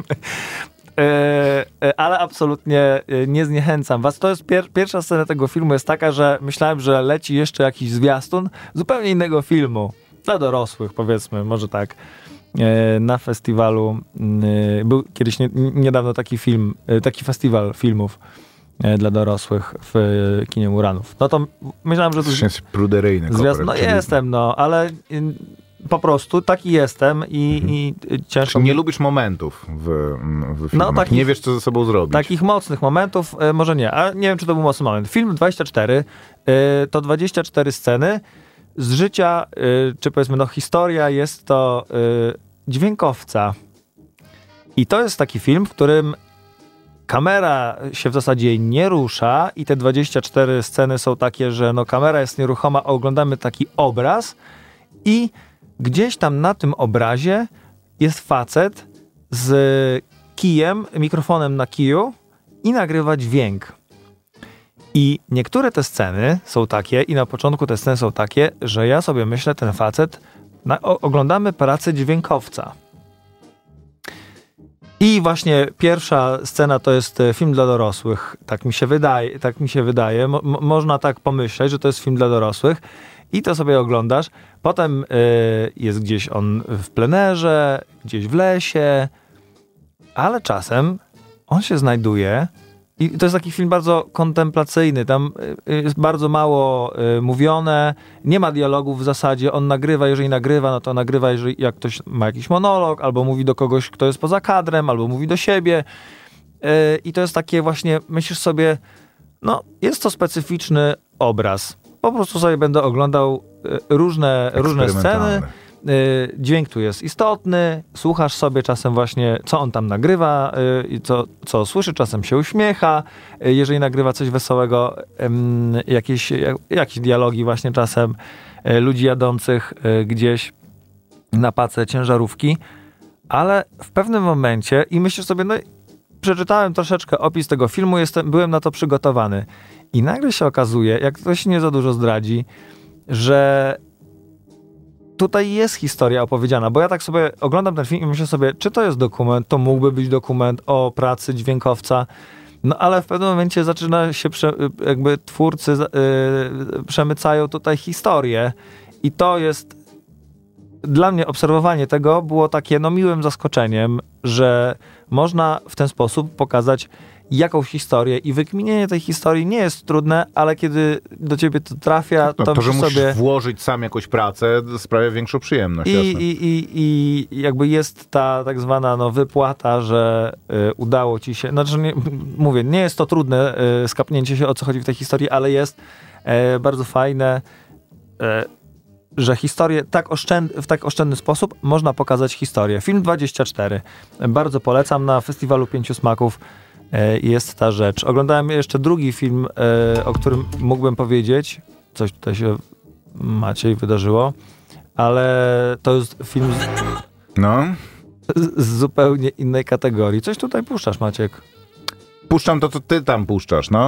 C: E, e, ale absolutnie e, nie zniechęcam was. To jest pier- pierwsza scena tego filmu jest taka, że myślałem, że leci jeszcze jakiś zwiastun zupełnie innego filmu. Dla dorosłych, powiedzmy, może tak. E, na festiwalu e, był kiedyś nie, niedawno taki film, e, taki festiwal filmów e, dla dorosłych w e, kinie Muranów. No to myślałem, że to
B: To jest pruderyjny
C: Zwiast...
B: koper,
C: No
B: czyli-
C: jestem, no, ale y, po prostu taki jestem i, i y, ciężko
B: Czyli nie
C: mi...
B: lubisz momentów w, w filmach.
C: takich-
B: nie wiesz, co ze sobą zrobić.
C: Takich mocnych momentów y, może nie, a nie wiem, czy to był mocny moment. Film dwadzieścia cztery y, to dwadzieścia cztery sceny z życia, y, czy powiedzmy, no historia jest to y, dźwiękowca. I to jest taki film, w którym kamera się w zasadzie nie rusza i te dwadzieścia cztery sceny są takie, że no kamera jest nieruchoma, a oglądamy taki obraz i gdzieś tam na tym obrazie jest facet z kijem, mikrofonem na kiju i nagrywa dźwięk. I niektóre te sceny są takie i na początku te sceny są takie, że ja sobie myślę, ten facet, na, o, oglądamy pracę dźwiękowca. I właśnie pierwsza scena to jest e, film dla dorosłych. Tak mi się wydaje. Tak mi się wydaje. Mo- mo- można tak pomyśleć, że to jest film dla dorosłych. I to sobie oglądasz. Potem e, jest gdzieś on w plenerze, gdzieś w lesie, ale czasem on się znajduje i to jest taki film bardzo kontemplacyjny. Tam y, jest bardzo mało y, mówione, nie ma dialogów w zasadzie. On nagrywa, jeżeli nagrywa, no to nagrywa, jeżeli jak ktoś ma jakiś monolog, albo mówi do kogoś, kto jest poza kadrem, albo mówi do siebie. Y, I to jest takie właśnie, myślisz sobie, no jest to specyficzny obraz. Po prostu sobie będę oglądał y, różne, różne sceny.
B: Eksperymentalny.
C: Y, dźwięk tu jest istotny, słuchasz sobie czasem właśnie, co on tam nagrywa y, i co, co słyszy, czasem się uśmiecha, y, jeżeli nagrywa coś wesołego, ym, jakieś, jak, jakieś dialogi właśnie czasem y, ludzi jadących y, gdzieś na pacę ciężarówki, ale w pewnym momencie i myślisz sobie, no przeczytałem troszeczkę opis tego filmu, jestem, byłem na to przygotowany i nagle się okazuje, jak ktoś nie za dużo zdradzi, że tutaj jest historia opowiedziana, bo ja tak sobie oglądam ten film i myślę sobie, czy to jest dokument, to mógłby być dokument o pracy dźwiękowca, no ale w pewnym momencie zaczyna się, prze, jakby twórcy yy, przemycają tutaj historię i to jest dla mnie obserwowanie tego było takie no miłym zaskoczeniem, że można w ten sposób pokazać jakąś historię i wykminienie tej historii nie jest trudne, ale kiedy do ciebie to trafia,
B: No,
C: to,
B: to, że
C: musisz
B: musisz
C: sobie...
B: włożyć sam jakąś pracę, sprawia większą przyjemność.
C: I,
B: jasne.
C: i, i, I jakby jest ta tak zwana no, wypłata, że y, udało ci się, znaczy nie, mówię, nie jest to trudne y, skapnięcie się o co chodzi w tej historii, ale jest y, bardzo fajne, y, że historię tak oszczęd, w tak oszczędny sposób można pokazać historię. Film dwadzieścia cztery. Bardzo polecam, na festiwalu Pięciu Smaków y, jest ta rzecz. Oglądałem jeszcze drugi film, y, o którym mógłbym powiedzieć, coś tutaj się Maciej wydarzyło, ale to jest film z,
B: No.
C: z zupełnie innej kategorii. Coś tutaj puszczasz, Maciek.
B: Puszczam to, co ty tam puszczasz, no.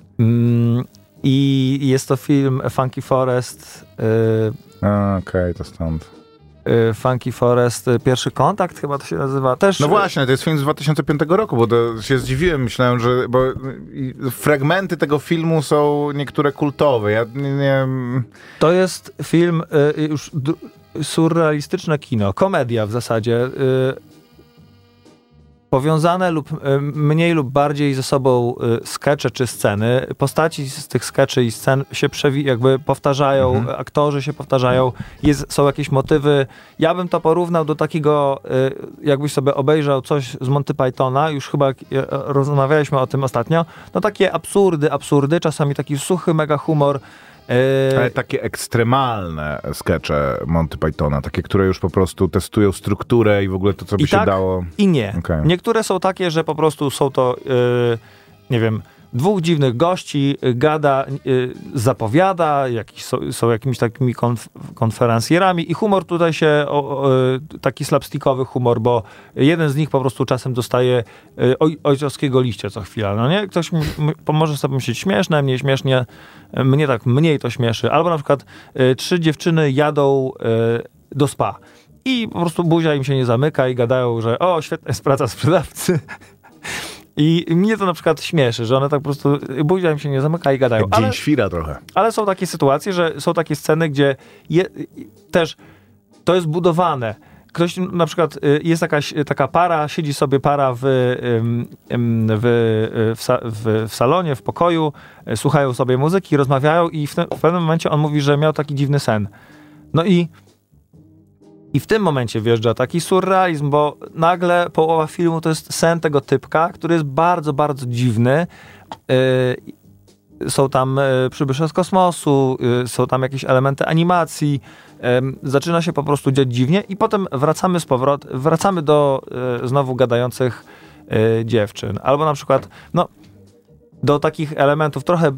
C: Mm, I jest to film Funky Forest. Yy,
B: A, Okej, to stąd.
C: y, Funky Forest, y, Pierwszy kontakt chyba to się nazywa. Też,
B: No właśnie, to jest film z dwa tysiące piątego roku, bo to się zdziwiłem, myślałem, że bo i fragmenty tego filmu są niektóre kultowe. Ja nie, nie
C: To jest film y, już d- surrealistyczne kino, komedia w zasadzie. Y, powiązane lub y, mniej lub bardziej ze sobą y, skecze czy sceny. Postaci z tych skeczy i scen się przewi- jakby powtarzają,
B: Mhm.
C: aktorzy się powtarzają, jest, są jakieś motywy. Ja bym to porównał do takiego, y, jakbyś sobie obejrzał coś z Monty Pythona, już chyba y, rozmawialiśmy o tym ostatnio, no takie absurdy, absurdy, czasami taki suchy mega humor. y,
B: Ale takie ekstremalne skecze Monty Pythona, takie, które już po prostu testują strukturę i w ogóle to, co by
C: I
B: się
C: tak,
B: dało.
C: I nie.
B: Okej.
C: Niektóre są takie, że po prostu są to, yy, nie wiem, dwóch dziwnych gości, y, gada, y, zapowiada, jakiś, są, są jakimiś takimi konf- konferencjerami i humor tutaj się, o, o, y, taki slapstickowy humor, bo jeden z nich po prostu czasem dostaje y, oj, ojcowskiego liścia co chwila, no nie? Ktoś m- m- może sobie myśleć śmieszne, mniej śmiesznie, y, mnie tak mniej to śmieszy. Albo na przykład y, trzy dziewczyny jadą y, do spa i po prostu buzia im się nie zamyka i gadają, że o, świetna jest praca sprzedawcy. I mnie to na przykład śmieszy, że one tak po prostu, buzia im się nie zamyka i gadają.
B: Jak Dzień
C: Ale,
B: Świra trochę.
C: ale są takie sytuacje, że są takie sceny, gdzie je, też to jest budowane. Ktoś na przykład, y, jest jakaś taka para, siedzi sobie para w, ym, ym, w, y, w, sa, w, w salonie, w pokoju, y, słuchają sobie muzyki, rozmawiają i w, te, w pewnym momencie on mówi, że miał taki dziwny sen. No i I w tym momencie wjeżdża taki surrealizm, bo nagle połowa filmu to jest sen tego typka, który jest bardzo, bardzo dziwny. Yy, są tam yy, przybysze z kosmosu, yy, są tam jakieś elementy animacji. Yy, zaczyna się po prostu dziać dziwnie i potem wracamy z powrot, wracamy do yy, znowu gadających yy, dziewczyn. Albo na przykład, no, do takich elementów trochę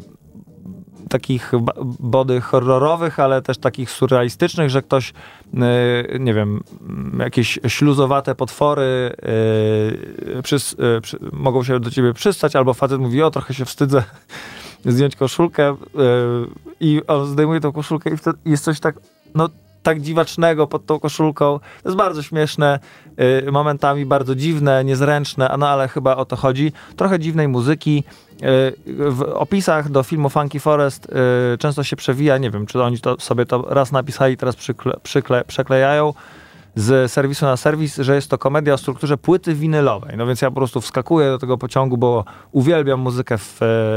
C: takich ba- body horrorowych, ale też takich surrealistycznych, że ktoś, yy, nie wiem, jakieś śluzowate potwory yy, przys, yy, przy, mogą się do ciebie przystać, albo facet mówi, o, trochę się wstydzę zdjąć koszulkę yy, i on zdejmuje tą koszulkę i wtedy jest coś tak, no, tak dziwacznego pod tą koszulką. To jest bardzo śmieszne, yy, momentami bardzo dziwne, niezręczne, a no ale chyba o to chodzi. Trochę dziwnej muzyki. Yy, w opisach do filmu Funky Forest yy, często się przewija, nie wiem, czy oni to sobie to raz napisali, teraz przykle, przykle, przeklejają z serwisu na serwis, że jest to komedia o strukturze płyty winylowej. No więc ja po prostu wskakuję do tego pociągu, bo uwielbiam muzykę w,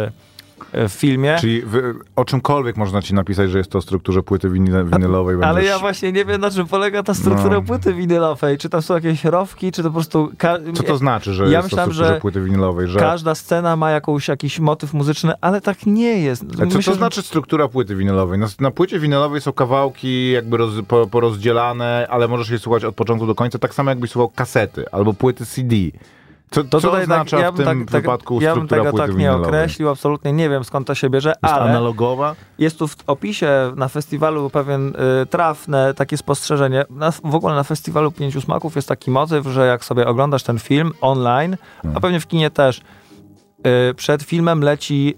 C: w filmie.
B: Czyli w, o czymkolwiek można ci napisać, że jest to o strukturze płyty winy- winylowej.
C: Ale
B: będziesz...
C: ja właśnie nie wiem, na czym polega ta struktura
B: No.
C: płyty winylowej. Czy tam są jakieś rowki, czy to po prostu... Ka-
B: Co to znaczy, że
C: Ja
B: jest
C: myślałem,
B: to o strukturze
C: że
B: płyty winylowej? Że...
C: Każda scena ma jakąś, jakiś motyw muzyczny, ale tak nie jest.
B: A co
C: Myślę,
B: to
C: że-
B: znaczy struktura płyty winylowej? Na, na płycie winylowej są kawałki jakby roz, po, porozdzielane, ale możesz je słuchać od początku do końca, tak samo jakbyś słuchał kasety albo płyty C D. Co,
C: To
B: co
C: tutaj
B: oznacza
C: tak, ja
B: w
C: bym
B: tym
C: tak,
B: wypadku
C: tak, ja bym
B: struktura
C: tego
B: płyty
C: tak nie
B: winylowej?
C: określił, absolutnie nie wiem, skąd to się bierze,
B: Jest
C: ale
B: analogowa?
C: jest tu w opisie na festiwalu pewien y, trafne takie spostrzeżenie. Na, w ogóle na festiwalu Pięciu Smaków jest taki motyw, że jak sobie oglądasz ten film online, a pewnie w kinie też, y, przed filmem leci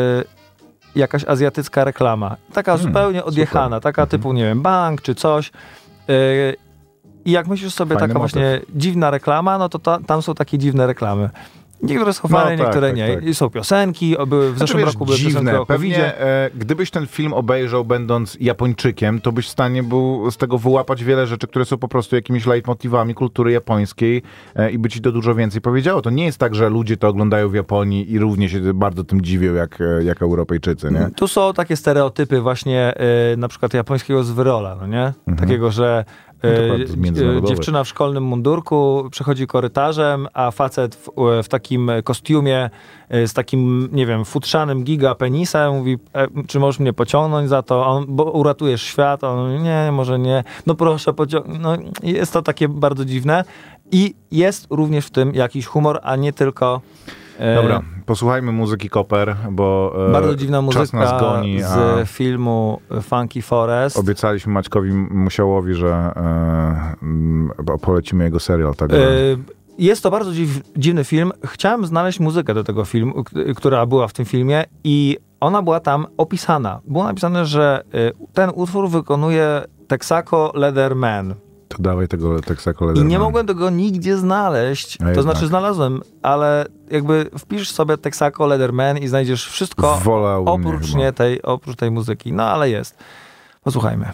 C: y, jakaś azjatycka reklama. Taka
B: Hmm,
C: zupełnie odjechana, taka typu, nie wiem, bank czy coś. Y, I jak myślisz sobie,
B: Fajny
C: taka
B: motyw.
C: właśnie dziwna reklama, no to ta, tam są takie dziwne reklamy. Niektóre są
B: No
C: fajne,
B: tak,
C: niektóre
B: tak,
C: nie.
B: tak.
C: I są piosenki, o, były, w
B: Znaczy,
C: zeszłym
B: wiesz,
C: roku były piosenki
B: dziwne.
C: o kowidzie.
B: Pewnie e, gdybyś ten film obejrzał będąc Japończykiem, to byś w stanie był z tego wyłapać wiele rzeczy, które są po prostu jakimiś leitmotywami kultury japońskiej e, i by ci to dużo więcej powiedziało. To nie jest tak, że ludzie to oglądają w Japonii i równie się bardzo tym dziwią jak, e, jak Europejczycy, nie?
C: Tu są takie stereotypy właśnie y, na przykład japońskiego zwyrola, no nie? Takiego, że
B: No to
C: y,
B: bardzo
C: y,
B: międzynarodowe.
C: dziewczyna w szkolnym mundurku przechodzi korytarzem, a facet w, w takim kostiumie y, z takim, nie wiem, futrzanym giga penisem mówi, e, czy możesz mnie pociągnąć za to? On, bo uratujesz świat. A on mówi, nie, może nie. No proszę, pociągnij. No, jest to takie bardzo dziwne. I jest również w tym jakiś humor, a nie tylko... y,
B: Dobra, posłuchajmy muzyki Koper, bo e,
C: Bardzo dziwna
B: czas nas
C: muzyka
B: goni, a
C: z filmu Funky Forest.
B: obiecaliśmy Maćkowi Musiałowi, że e, m, polecimy jego serial. Tak, że...
C: Y, Jest to bardzo dziw, dziwny film. Chciałem znaleźć muzykę do tego filmu, k- która była w tym filmie i ona była tam opisana. Było napisane, że y, ten utwór wykonuje Texaco Leatherman.
B: To dawaj tego Texaco
C: I
B: Leatherman.
C: nie mogłem tego nigdzie znaleźć.
B: A
C: To
B: jednak.
C: znaczy znalazłem, ale jakby wpisz sobie Texaco Leatherman i znajdziesz wszystko
B: Wolałbym
C: oprócz,
B: chyba.
C: nie tej, oprócz tej muzyki. No ale jest. Posłuchajmy.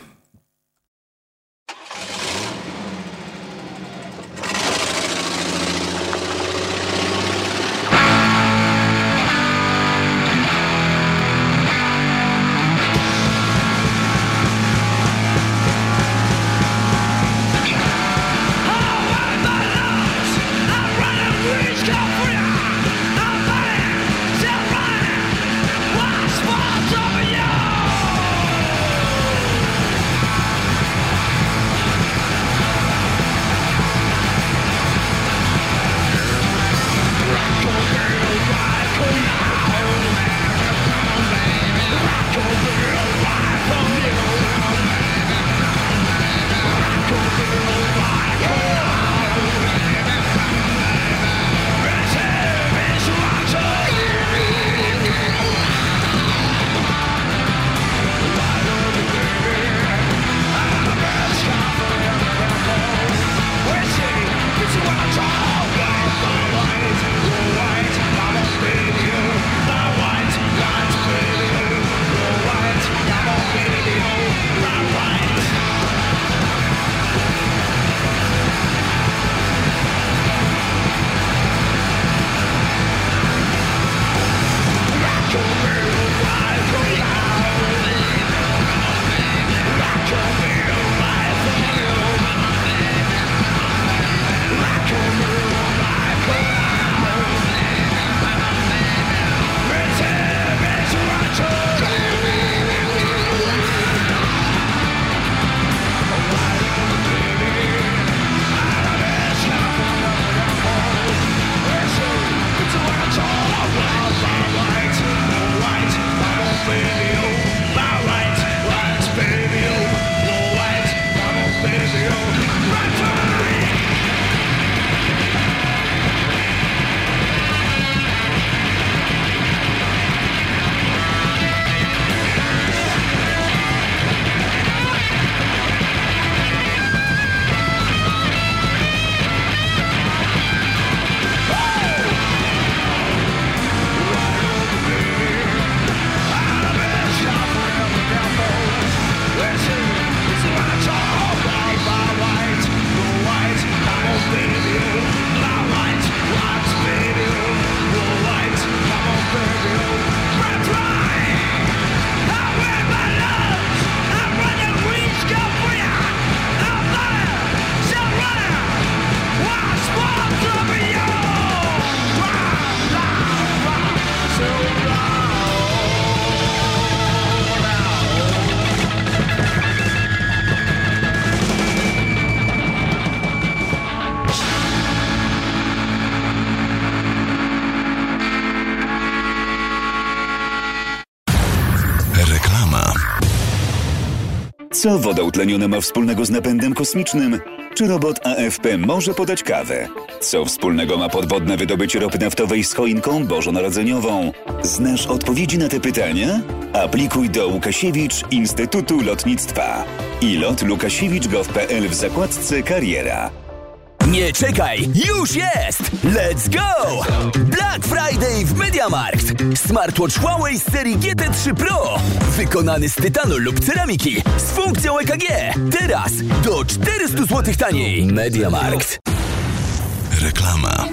F: Co woda utleniona ma wspólnego z napędem kosmicznym? Czy robot A F P może podać kawę? Co wspólnego ma podwodne wydobycie ropy naftowej z choinką bożonarodzeniową? Znasz odpowiedzi na te pytania? Aplikuj do Łukasiewicz Instytutu Lotnictwa. i lot łukasiewicz kropka gov kropka p l w zakładce Kariera.
G: Nie czekaj, już jest! Let's go! Black Friday w MediaMarkt. Smartwatch Huawei z serii G T trzy Pro. Wykonany z tytanu lub ceramiki. Z funkcją E K G. Teraz do czterysta złotych taniej. MediaMarkt.
F: Reklama.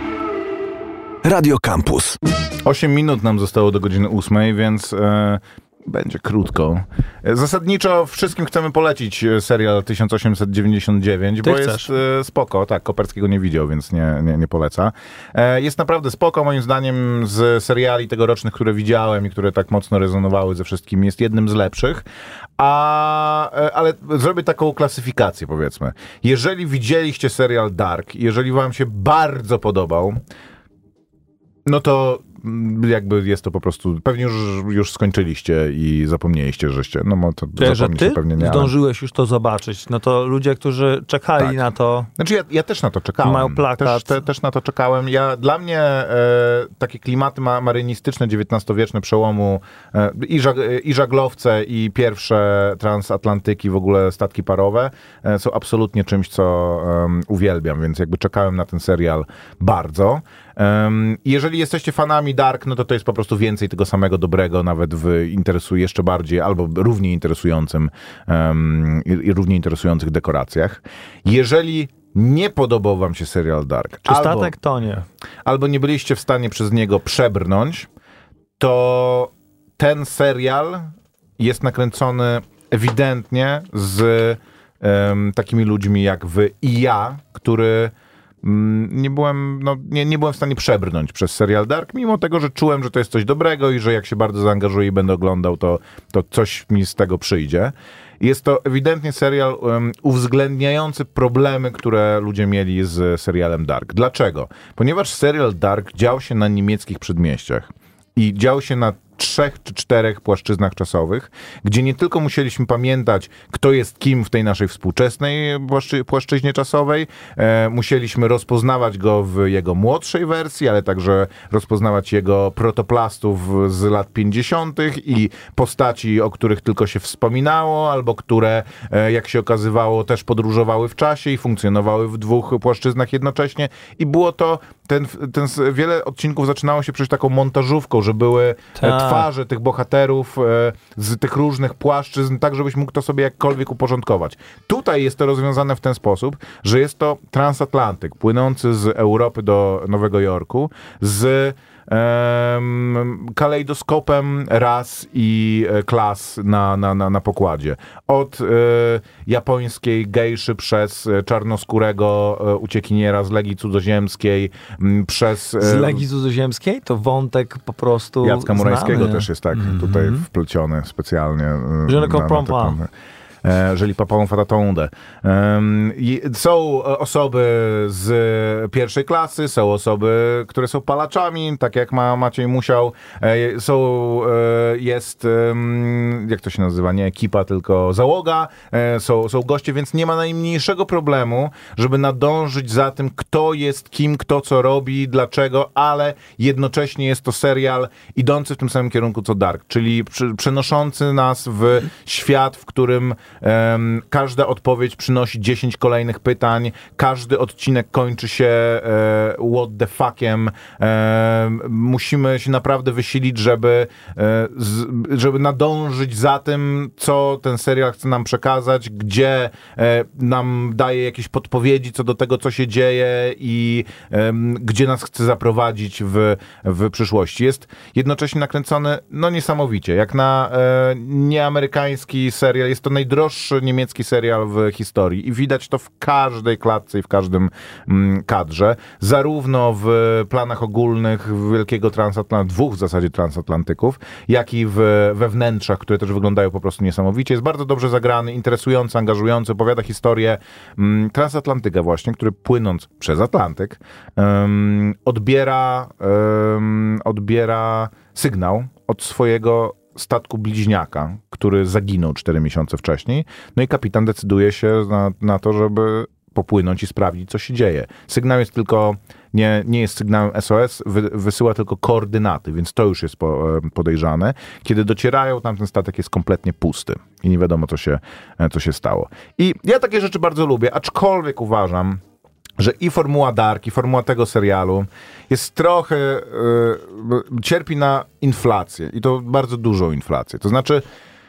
F: Radio Campus.
B: osiem minut nam zostało do godziny ósmej, więc e, będzie krótko. E, zasadniczo wszystkim chcemy polecić serial tysiąc osiemset dziewięćdziesiąt dziewięć,
C: Ty
B: bo
C: chcesz.
B: jest e, spoko. Tak, Koperskiego nie widział, więc nie, nie, nie poleca. E, jest naprawdę spoko, moim zdaniem, z seriali tegorocznych, które widziałem i które tak mocno rezonowały ze wszystkim. Jest jednym z lepszych. A, e, ale zrobię taką klasyfikację, powiedzmy. Jeżeli widzieliście serial Dark, jeżeli wam się bardzo podobał, no to mm, jakby jest to po prostu, pewnie już, już skończyliście i zapomnieliście, żeście, no mo- to
C: Wiesz, że
B: zapomnicie
C: ty
B: pewnie nie, ale...
C: zdążyłeś już to zobaczyć. No to ludzie, którzy czekali
B: Tak.
C: na to...
B: Znaczy ja, ja też na to czekałem.
C: Mają plakat.
B: Też, te, też na to czekałem. Ja, dla mnie e, takie klimaty ma, marynistyczne, dziewiętnastowieczne przełomu e, i, żag, i żaglowce i pierwsze transatlantyki, w ogóle statki parowe e, są absolutnie czymś, co um, uwielbiam, więc jakby czekałem na ten serial bardzo. Um, jeżeli jesteście fanami Dark, no to to jest po prostu więcej tego samego dobrego, nawet w interesu jeszcze bardziej, albo równie interesującym um, i, i równie interesujących dekoracjach. Jeżeli nie podobał wam się serial Dark,
C: Czy
B: albo,
C: statek to nie?
B: albo nie byliście w stanie przez niego przebrnąć, to ten serial jest nakręcony ewidentnie z um, takimi ludźmi jak wy i ja, który nie byłem, no, nie, nie byłem w stanie przebrnąć przez serial Dark, mimo tego, że czułem, że to jest coś dobrego i że jak się bardzo zaangażuję i będę oglądał, to, to coś mi z tego przyjdzie. Jest to ewidentnie serial um, uwzględniający problemy, które ludzie mieli z serialem Dark. Dlaczego? Ponieważ serial Dark dział się na niemieckich przedmieściach i dział się na trzech czy czterech płaszczyznach czasowych, gdzie nie tylko musieliśmy pamiętać, kto jest kim w tej naszej współczesnej płaszczy, płaszczyźnie czasowej, e, musieliśmy rozpoznawać go w jego młodszej wersji, ale także rozpoznawać jego protoplastów z lat pięćdziesiątych i postaci, o których tylko się wspominało, albo które, e, jak się okazywało, też podróżowały w czasie i funkcjonowały w dwóch płaszczyznach jednocześnie. I było to, ten, ten, wiele odcinków zaczynało się przecież taką montażówką, że były
C: Ta.
B: twarze tych bohaterów e, z tych różnych płaszczyzn, tak żebyś mógł to sobie jakkolwiek uporządkować. Tutaj jest to rozwiązane w ten sposób, że jest to transatlantyk płynący z Europy do Nowego Jorku z Um, kalejdoskopem ras i e, klas na, na, na, na pokładzie. Od e, japońskiej gejszy przez e, czarnoskórego e, uciekiniera z Legii Cudzoziemskiej, m, przez... E,
C: Z Legii Cudzoziemskiej? To wątek po prostu
B: Jacka Murańskiego
C: znany.
B: też jest tak
C: Mhm.
B: tutaj wpleciony specjalnie. e,
C: Je ne
B: na- na
C: comprends
B: taką-
C: pas.
B: E, Jeżeli papą fatatondę. Um, są osoby z pierwszej klasy, są osoby, które są palaczami, tak jak ma Maciej Musiał. E, są, e, jest, um, jak to się nazywa, nie ekipa, tylko załoga. E, są, są goście, więc nie ma najmniejszego problemu, żeby nadążyć za tym, kto jest kim, kto co robi, dlaczego, ale jednocześnie jest to serial idący w tym samym kierunku co Dark, czyli przy, przenoszący nas w świat, w którym Um, każda odpowiedź przynosi dziesięć kolejnych pytań, każdy odcinek kończy się e, what the fuckiem. E, musimy się naprawdę wysilić, żeby, e, z, żeby nadążyć za tym, co ten serial chce nam przekazać, gdzie e, nam daje jakieś podpowiedzi co do tego, co się dzieje i e, gdzie nas chce zaprowadzić w, w przyszłości. Jest jednocześnie nakręcony no niesamowicie, jak na e, nieamerykański serial. Jest to najdroższy niemiecki serial w historii i widać to w każdej klatce i w każdym mm, kadrze. Zarówno w planach ogólnych wielkiego transatlantyku, dwóch w zasadzie transatlantyków, jak i w, we wnętrzach, które też wyglądają po prostu niesamowicie. Jest bardzo dobrze zagrany, interesujący, angażujący, opowiada historię mm, transatlantyka właśnie, który płynąc przez Atlantyk um, odbiera, um, odbiera sygnał od swojego statku bliźniaka, który zaginął cztery miesiące wcześniej. No i kapitan decyduje się na, na to, żeby popłynąć i sprawdzić, co się dzieje. Sygnał jest tylko, nie, nie jest sygnałem S O S, wy, wysyła tylko koordynaty, więc to już jest po, podejrzane. Kiedy docierają, tamten statek jest kompletnie pusty i nie wiadomo, co się, co się stało. I ja takie rzeczy bardzo lubię, aczkolwiek uważam, że i formuła Dark, i formuła tego serialu jest trochę, yy, cierpi na inflację i to bardzo dużą inflację. To znaczy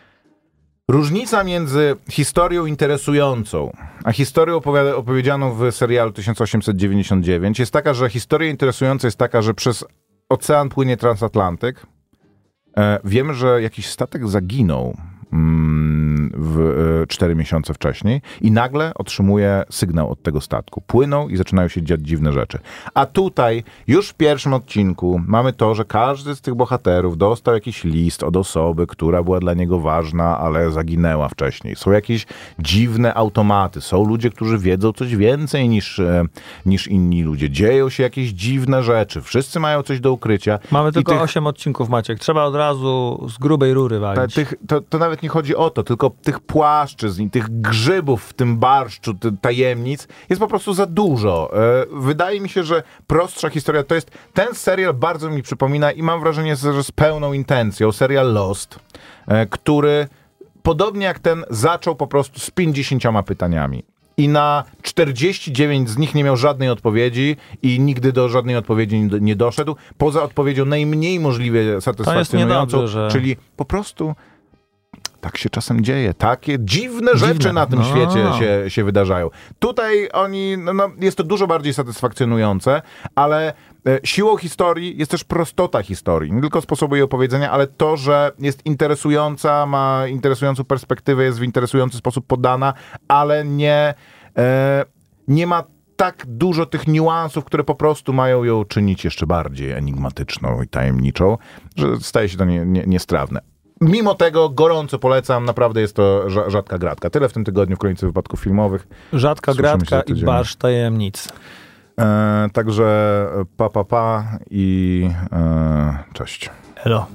B: różnica między historią interesującą, a historią opowiada- opowiedzianą w serialu tysiąc osiemset dziewięćdziesiąt dziewięć jest taka, że historia interesująca jest taka, że przez ocean płynie transatlantyk. E, wiemy, że jakiś statek zaginął mm, w, e, cztery miesiące wcześniej i nagle otrzymuje sygnał od tego statku. Płyną i zaczynają się dziać dziwne rzeczy. A tutaj już w pierwszym odcinku mamy to, że każdy z tych bohaterów dostał jakiś list od osoby, która była dla niego ważna, ale zaginęła wcześniej. Są jakieś dziwne automaty. Są ludzie, którzy wiedzą coś więcej niż, e, niż inni ludzie. Dzieją się jakieś dziwne rzeczy. Wszyscy mają coś do ukrycia.
C: Mamy
B: I
C: tylko
B: tych-
C: osiem odcinków, Maciek. Trzeba od razu z grubej rury
B: Ta,
C: walić.
B: tych, to, to nawet nie chodzi o to, tylko tych płaszczyzn i tych grzybów w tym barszczu, ty, tajemnic jest po prostu za dużo. E, wydaje mi się, że prostsza historia to jest... Ten serial bardzo mi przypomina i mam wrażenie, że z pełną intencją, serial Lost, e, który podobnie jak ten zaczął po prostu z pięćdziesięcioma pytaniami. I na czterdzieści dziewięć z nich nie miał żadnej odpowiedzi i nigdy do żadnej odpowiedzi nie, nie doszedł, poza odpowiedzią najmniej możliwie satysfakcjonującą,
C: niedobrze, że-
B: czyli po prostu tak się czasem dzieje. Takie dziwne,
C: Dziwne.
B: rzeczy na tym
C: No.
B: świecie się, się wydarzają. Tutaj oni, no, no, jest to dużo bardziej satysfakcjonujące, ale e, siłą historii jest też prostota historii. Nie tylko sposobu jej opowiedzenia, ale to, że jest interesująca, ma interesującą perspektywę, jest w interesujący sposób podana, ale nie, e, nie ma tak dużo tych niuansów, które po prostu mają ją czynić jeszcze bardziej enigmatyczną i tajemniczą, że staje się to nie, nie, niestrawne. Mimo tego gorąco polecam, naprawdę jest to rza- rzadka gratka. Tyle w tym tygodniu w Kronice Wypadków Filmowych.
C: Rzadka
B: Słyszymy się
C: gratka
B: za
C: i
B: tydzień.
C: barsz tajemnic.
B: E, także pa, pa, pa i e, cześć.
C: Elo.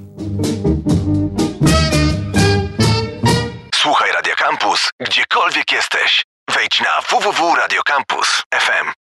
H: Słuchaj Radio Campus, gdziekolwiek jesteś. Wejdź na w w w kropka radio campus kropka f m.